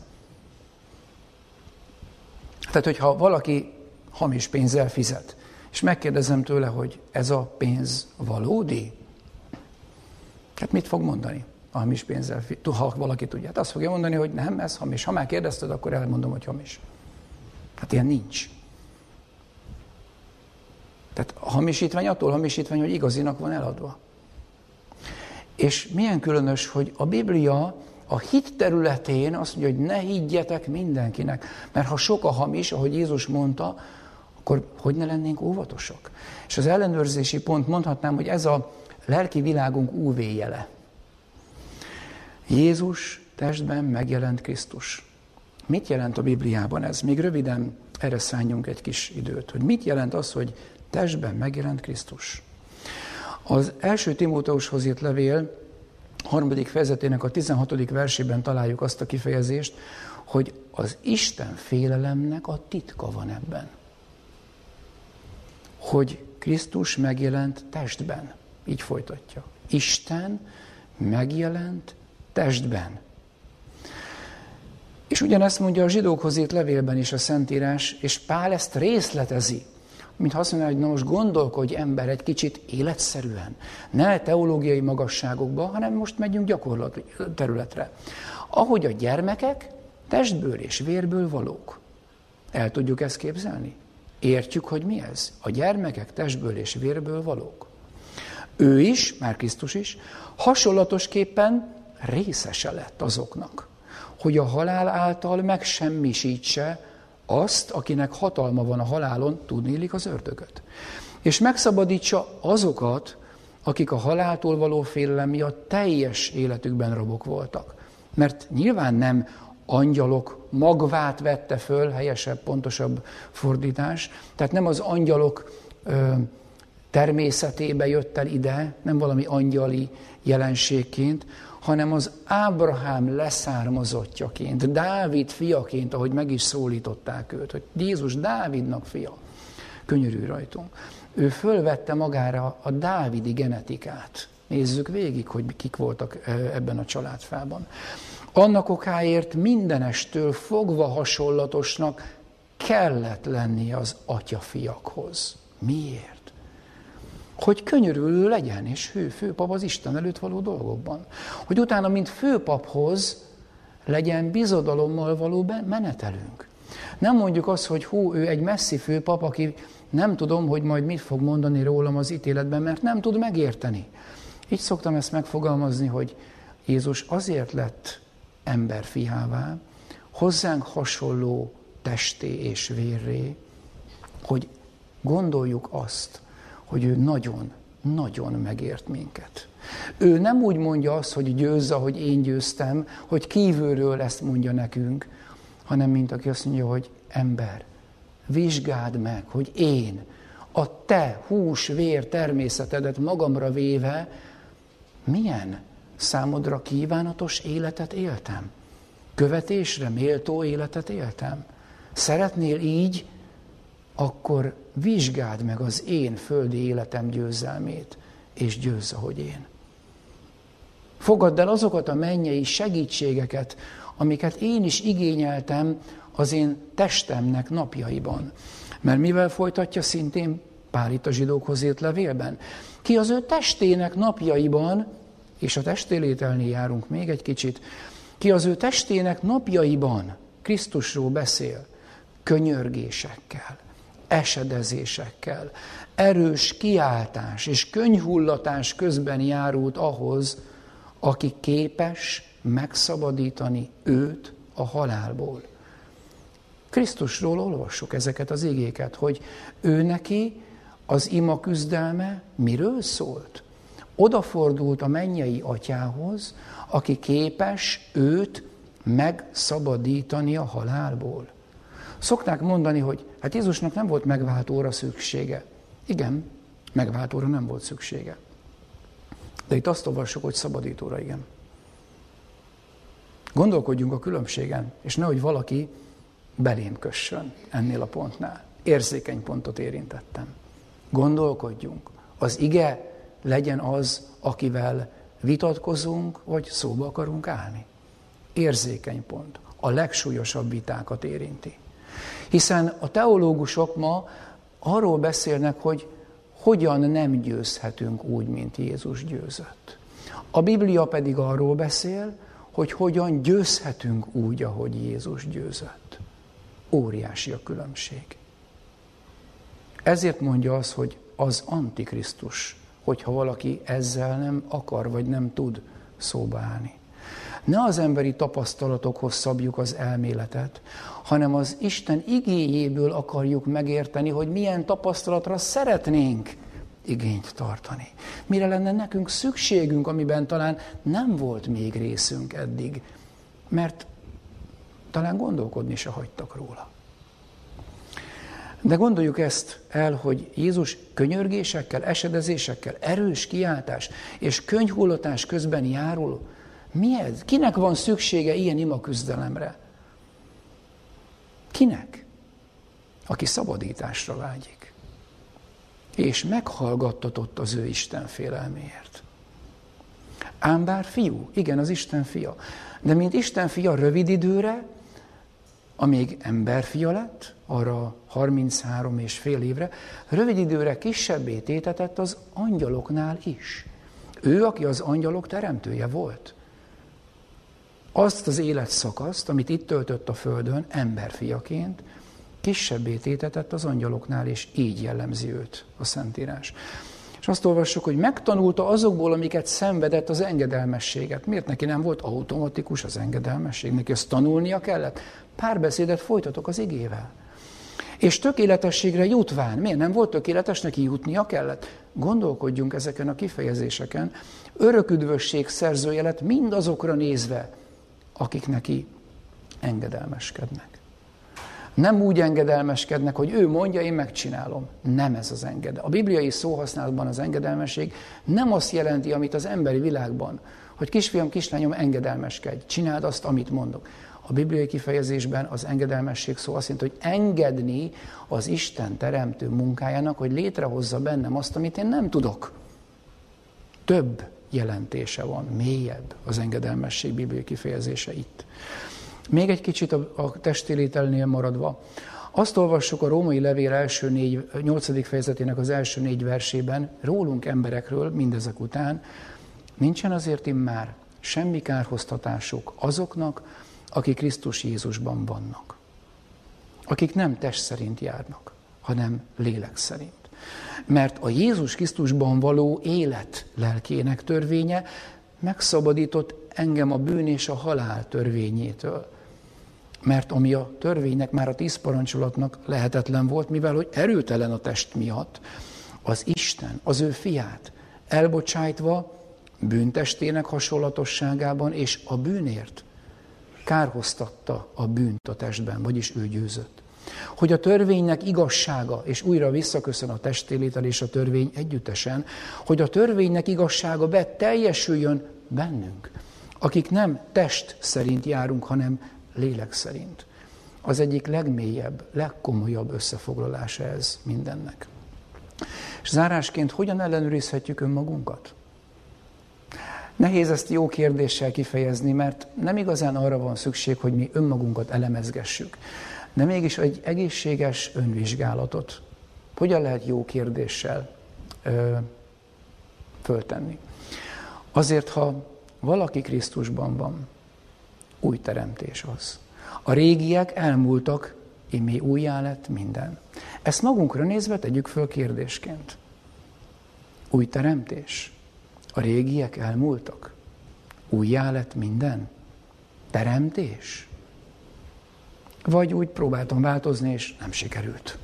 Tehát, hogyha valaki hamis pénzzel fizet, és megkérdezem tőle, hogy ez a pénz valódi? Hát mit fog mondani a hamis pénzzel, ha valaki tudja? Hát azt fogja mondani, hogy nem, ez hamis. Ha már kérdezted, akkor elmondom, hogy hamis. Hát ilyen nincs. Tehát a hamisítvány attól hamisítvány, hogy igazinak van eladva. És milyen különös, hogy a Biblia a hit területén azt mondja, hogy ne higgyetek mindenkinek. Mert ha sok a hamis, ahogy Jézus mondta, akkor hogy ne lennénk óvatosak? És az ellenőrzési pont mondhatnám, hogy ez a lelki világunk UV-jele. Jézus testben megjelent Krisztus. Mit jelent a Bibliában ez? Még röviden erre szálljunk egy kis időt. Hogy mit jelent az, hogy testben megjelent Krisztus? Az első Timóteushoz írt levél 3. fejezetének a 16. versében találjuk azt a kifejezést, hogy az Isten félelemnek a titka van ebben. Hogy Krisztus megjelent testben. Így folytatja. Isten megjelent testben. És ugyanezt mondja a zsidókhoz írt levélben is a Szentírás, és Pál ezt részletezi. Mintha azt mondaná, hogy na most gondolkodj ember egy kicsit életszerűen. Ne teológiai magasságokba, hanem most megyünk gyakorlati területre. Ahogy a gyermekek testből és vérből valók. El tudjuk ezt képzelni? Értjük, hogy mi ez? A gyermekek testből és vérből valók. Ő is, már Krisztus is, hasonlatosképpen részese lett azoknak, hogy a halál által megsemmisítse azt, akinek hatalma van a halálon, tudniillik az ördögöt. És megszabadítsa azokat, akik a haláltól való félelem miatt teljes életükben rabok voltak. Mert nyilván nem angyalok magvát vette föl, helyesebb, pontosabb fordítás, tehát nem az angyalok természetébe jött el ide, nem valami angyali jelenségként, hanem az Ábrahám leszármazottjaként, Dávid fiaként, ahogy meg is szólították őt, hogy Jézus Dávidnak fia. Könyörülj rajtunk. Ő fölvette magára a dávidi genetikát. Nézzük végig, hogy kik voltak ebben a családfában. Annak okáért mindenestől fogva hasonlatosnak kellett lennie az atyafiakhoz. Miért? Hogy könyörülő legyen, és főpap az Isten előtt való dolgokban. Hogy utána, mint főpaphoz legyen bizodalommal való menetelünk. Nem mondjuk azt, hogy ő egy messzi főpap, aki nem tudom, hogy majd mit fog mondani rólam az ítéletben, mert nem tud megérteni. Így szoktam ezt megfogalmazni, hogy Jézus azért lett emberfiává, hozzánk hasonló testé és vérré, hogy gondoljuk azt, hogy ő nagyon, nagyon megért minket. Ő nem úgy mondja azt, hogy győzz, ahogy én győztem, hogy kívülről ezt mondja nekünk, hanem mint aki azt mondja, hogy ember, vizsgáld meg, hogy én a te hús-vér természetedet magamra véve milyen számodra kívánatos életet éltem. Követésre méltó életet éltem. Szeretnél így, akkor vizsgáld meg az én földi életem győzelmét, és győzz, ahogy én. Fogadd el azokat a mennyei segítségeket, amiket én is igényeltem az én testemnek napjaiban. Mert mivel folytatja szintén Pál itt a zsidókhoz írt levélben? Ki az ő testének napjaiban, és a testélételnél járunk még egy kicsit, ki az ő testének napjaiban Krisztusról beszél, könyörgésekkel, esedezésekkel, erős kiáltás és könnyhullatás közben járult ahhoz, aki képes megszabadítani őt a halálból. Krisztusról olvassuk ezeket az igéket, hogy ő neki az ima küzdelme miről szólt? Odafordult a mennyei atyához, aki képes őt megszabadítani a halálból. Szokták mondani, hogy hát Jézusnak nem volt megváltóra szüksége. Igen, megváltóra nem volt szüksége. De itt azt olvassuk, hogy szabadítóra, igen. Gondolkodjunk a különbségen, és nehogy valaki belém kössön ennél a pontnál. Érzékeny pontot érintettem. Gondolkodjunk. Az ige legyen az, akivel vitatkozunk, vagy szóba akarunk állni. Érzékeny pont. A legsúlyosabb vitákat érinti. Hiszen a teológusok ma arról beszélnek, hogy hogyan nem győzhetünk úgy, mint Jézus győzött. A Biblia pedig arról beszél, hogy hogyan győzhetünk úgy, ahogy Jézus győzött. Óriási a különbség. Ezért mondja az, hogy az Antikrisztus, hogyha valaki ezzel nem akar, vagy nem tud szóba állni. Ne az emberi tapasztalatokhoz szabjuk az elméletet, hanem az Isten igéjéből akarjuk megérteni, hogy milyen tapasztalatra szeretnénk igényt tartani. Mire lenne nekünk szükségünk, amiben talán nem volt még részünk eddig, mert talán gondolkodni se hagytak róla. De gondoljuk ezt el, hogy Jézus könyörgésekkel, esedezésekkel, erős kiáltás és könyhullatás közben járul. Mi ez? Kinek van szüksége ilyen imaküzdelemre? Kinek? Aki szabadításra vágyik. És meghallgattatott az ő Isten félelméért. Ám bár fiú, igen, az Isten fia. De mint Isten fia rövid időre, amíg emberfia lett, arra 33 és fél évre, rövid időre kisebbé tétetett az angyaloknál is. Ő, aki az angyalok teremtője volt. Azt az életszakaszt, amit itt töltött a földön, emberfiaként, kisebbé tétetett az angyaloknál, és így jellemzi őt a Szentírás. És azt olvassuk, hogy megtanulta azokból, amiket szenvedett, az engedelmességet. Miért neki nem volt automatikus az engedelmesség? Neki azt tanulnia kellett? Párbeszédet folytatok az igével. És tökéletességre jutván. Miért nem volt tökéletes, neki jutnia kellett? Gondolkodjunk ezeken a kifejezéseken. Öröküdvösség szerzője lett mindazokra nézve, akik neki engedelmeskednek. Nem úgy engedelmeskednek, hogy ő mondja, én megcsinálom. Nem ez az engedel. A bibliai szóhasználatban az engedelmesség nem azt jelenti, amit az emberi világban, hogy kisfiam, kislányom, engedelmeskedj, csináld azt, amit mondok. A bibliai kifejezésben az engedelmesség szó azt jelenti, hogy engedni az Isten teremtő munkájának, hogy létrehozza bennem azt, amit én nem tudok. Több jelentése van, mélyebb az engedelmesség bibliai kifejezése itt. Még egy kicsit a testélételnél maradva. Azt olvassuk a római levél 8. fejezetének az első 4 versében, rólunk emberekről mindezek után, nincsen azért immár semmi kárhoztatásuk azoknak, akik Krisztus Jézusban vannak. Akik nem test szerint járnak, hanem lélek szerint. Mert a Jézus Krisztusban való élet lelkének törvénye megszabadított engem a bűn és a halál törvényétől. Mert ami a törvénynek, már a 10 parancsolatnak lehetetlen volt, mivel hogy erőtelen a test miatt, az Isten, az ő fiát elbocsájtva bűntestének hasonlatosságában és a bűnért kárhoztatta a bűnt a testben, vagyis ő győzött. Hogy a törvénynek igazsága, és újra visszaköszön a testélétel és a törvény együttesen, hogy a törvénynek igazsága beteljesüljön bennünk, akik nem test szerint járunk, hanem lélek szerint. Az egyik legmélyebb, legkomolyabb összefoglalása ez mindennek. És zárásként hogyan ellenőrizhetjük önmagunkat? Nehéz ezt jó kérdéssel kifejezni, mert nem igazán arra van szükség, hogy mi önmagunkat elemezgessük. De mégis egy egészséges önvizsgálatot hogyan lehet jó kérdéssel föltenni? Azért, ha valaki Krisztusban van, új teremtés az. A régiek elmúltak, immé újjá lett minden. Ezt magunkra nézve tegyük föl kérdésként. Új teremtés. A régiek elmúltak. Újjá lett minden. Teremtés. Vagy úgy próbáltam változni, és nem sikerült.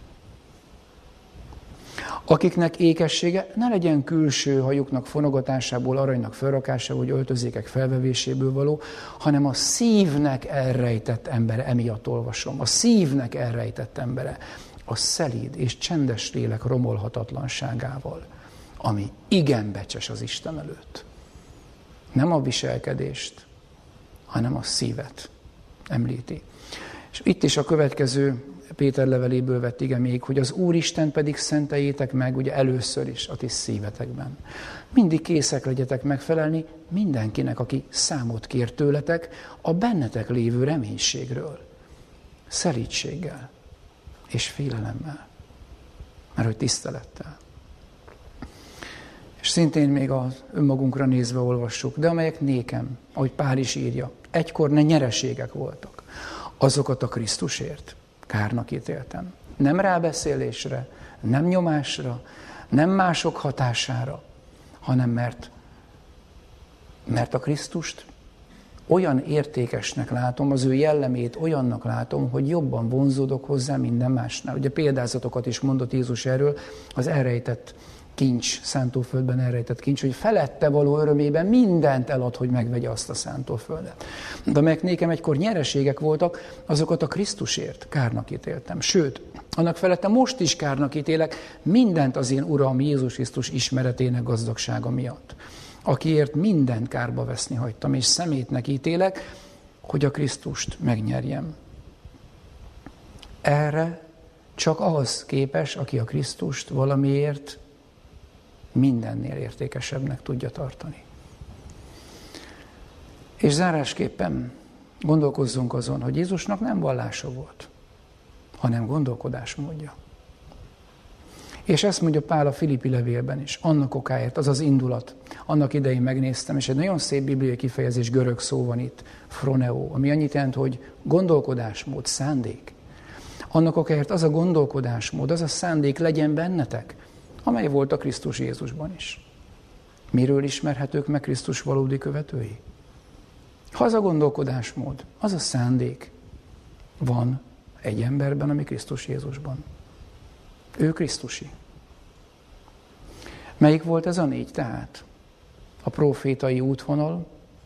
Akiknek ékessége ne legyen külső hajuknak fonogatásából, aranynak felrakásából, vagy öltözékek felvevéséből való, hanem a szívnek elrejtett embere, emiatt olvasom, a szívnek elrejtett embere, a szelíd és csendes lélek romolhatatlanságával, ami igen becses az Isten előtt. Nem a viselkedést, hanem a szívet említi. És itt is a következő Péter leveléből vett ige még, hogy az Úristen pedig szenteljétek meg, ugye először is a ti szívetekben. Mindig készek legyetek megfelelni mindenkinek, aki számot kér tőletek a bennetek lévő reménységről, szelídséggel és félelemmel, mert hogy tisztelettel. És szintén még az önmagunkra nézve olvassuk, de amelyek nékem, ahogy Pál is írja, egykor ne nyereségek voltak, azokat a Krisztusért kárnak ítéltem. Nem rábeszélésre, nem nyomásra, nem mások hatására, hanem mert a Krisztust olyan értékesnek látom, az ő jellemét olyannak látom, hogy jobban vonzódok hozzá minden másnál. Ugye példázatokat is mondott Jézus erről, az elrejtett kincs, szántóföldben elrejtett kincs, hogy felette való örömében mindent elad, hogy megvegye azt a szántóföldet. De amelyek nékem egykor nyereségek voltak, azokat a Krisztusért kárnak ítéltem. Sőt, annak felette most is kárnak ítélek mindent az én Uram Jézus Krisztus ismeretének gazdagsága miatt, akiért mindent kárba veszni hagytam, és szemétnek ítélek, hogy a Krisztust megnyerjem. Erre csak az képes, aki a Krisztust valamiért mindennél értékesebbnek tudja tartani. És zárásképpen gondolkozzunk azon, hogy Jézusnak nem vallása volt, hanem gondolkodásmódja. És ezt mondja Pál a Filippi levélben is, annak okáért, az az indulat. Annak idején megnéztem, és egy nagyon szép bibliai kifejezés, görög szó van itt, phroneo, ami annyit jelent, hogy gondolkodásmód, szándék. Annak okáért az a gondolkodásmód, az a szándék legyen bennetek, amely volt a Krisztus Jézusban is. Miről ismerhetők meg Krisztus valódi követői? Ha az a gondolkodásmód, az a szándék van egy emberben, ami Krisztus Jézusban. Ő Krisztusi. Melyik volt ez a négy tehát? A prófétai útvonal,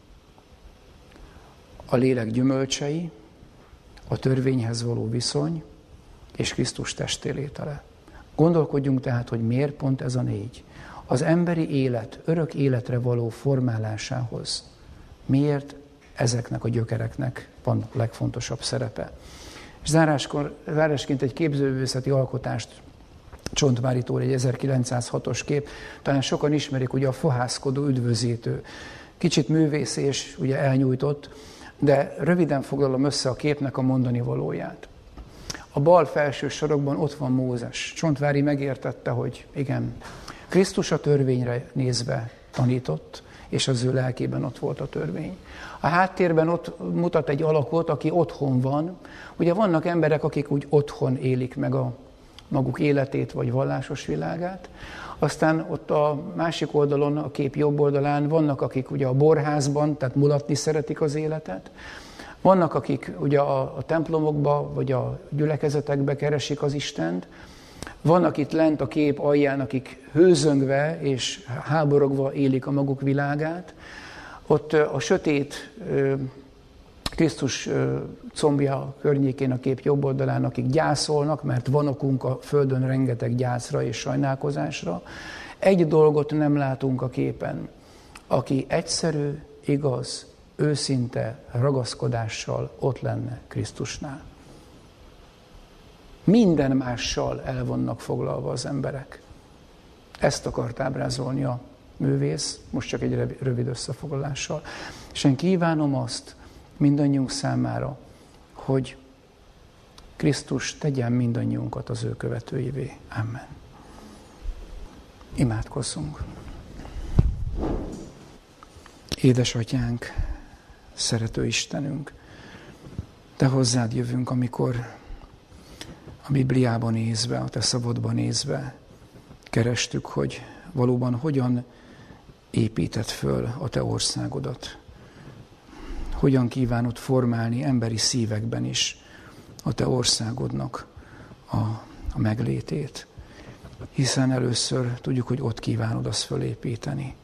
a lélek gyümölcsei, a törvényhez való viszony, és Krisztus testélétele. Gondolkodjunk tehát, hogy miért pont ez a négy. Az emberi élet, örök életre való formálásához miért ezeknek a gyökereknek van a legfontosabb szerepe. És zárásként egy képzőművészeti alkotást Csontváritól, egy 1906-os kép, talán sokan ismerik, ugye a fohászkodó üdvözítő. Kicsit művész és ugye elnyújtott, de röviden foglalom össze a képnek a mondani valóját. A bal felső sarokban ott van Mózes. Csontvári megértette, hogy igen, Krisztus a törvényre nézve tanított, és az ő lelkében ott volt a törvény. A háttérben ott mutat egy alakot, aki otthon van. Ugye vannak emberek, akik úgy otthon élik meg a maguk életét vagy vallásos világát. Aztán ott a másik oldalon, a kép jobb oldalán vannak, akik ugye a borházban, tehát mulatni szeretik az életet. Vannak, akik ugye a templomokba vagy a gyülekezetekbe keresik az Istent. Vannak itt lent a kép alján, akik hőzöngve és háborogva élik a maguk világát. Ott a sötét Krisztus combja környékén a kép jobb oldalán, akik gyászolnak, mert van okunk a földön rengeteg gyászra és sajnálkozásra. Egy dolgot nem látunk a képen, aki egyszerű, igaz, őszinte ragaszkodással ott lenne Krisztusnál. Minden mással el vannak foglalva az emberek. Ezt akart ábrázolni a művész, most csak egy rövid összefoglalással. És én kívánom azt mindannyiunk számára, hogy Krisztus tegyen mindannyiunkat az ő követőivé. Amen. Imádkozzunk. Édesatyánk, szerető Istenünk, Te hozzád jövünk, amikor a Bibliában nézve, a Te szavadban nézve kerestük, hogy valóban hogyan építed föl a Te országodat. Hogyan kívánod formálni emberi szívekben is a te országodnak a meglétét. Hiszen először tudjuk, hogy ott kívánod azt fölépíteni.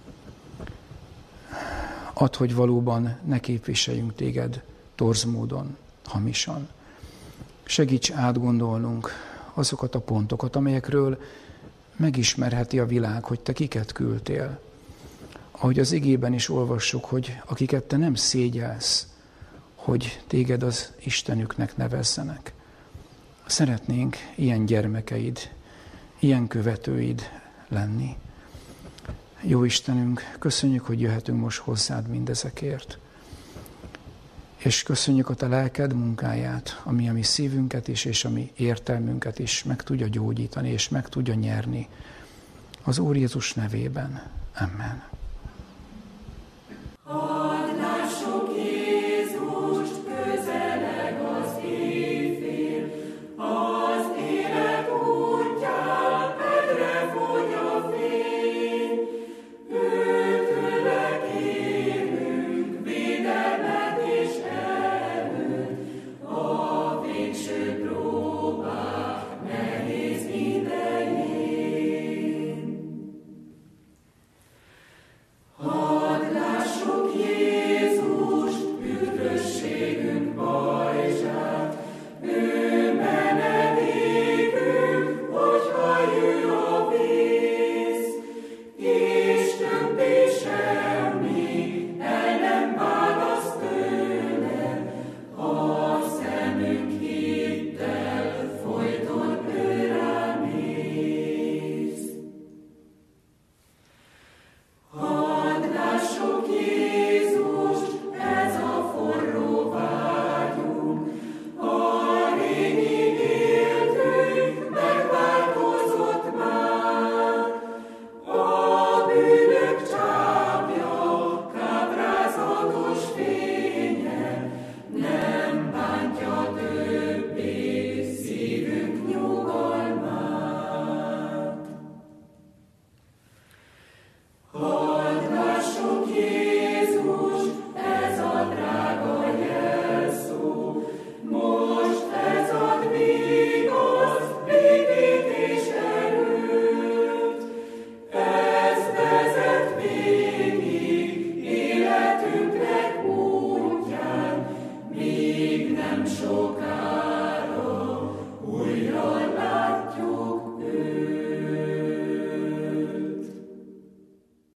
Add, hogy valóban ne képviseljünk téged torz módon, hamisan. Segíts átgondolnunk azokat a pontokat, amelyekről megismerheti a világ, hogy te kiket küldtél. Ahogy az igében is olvassuk, hogy akiket te nem szégyelsz, hogy téged az Istenüknek nevezzenek. Szeretnénk ilyen gyermekeid, ilyen követőid lenni. Jó Istenünk, köszönjük, hogy jöhetünk most hozzád mindezekért. És köszönjük a te lelked munkáját, ami a mi szívünket is, és a mi értelmünket is meg tudja gyógyítani, és meg tudja nyerni. Az Úr Jézus nevében. Amen.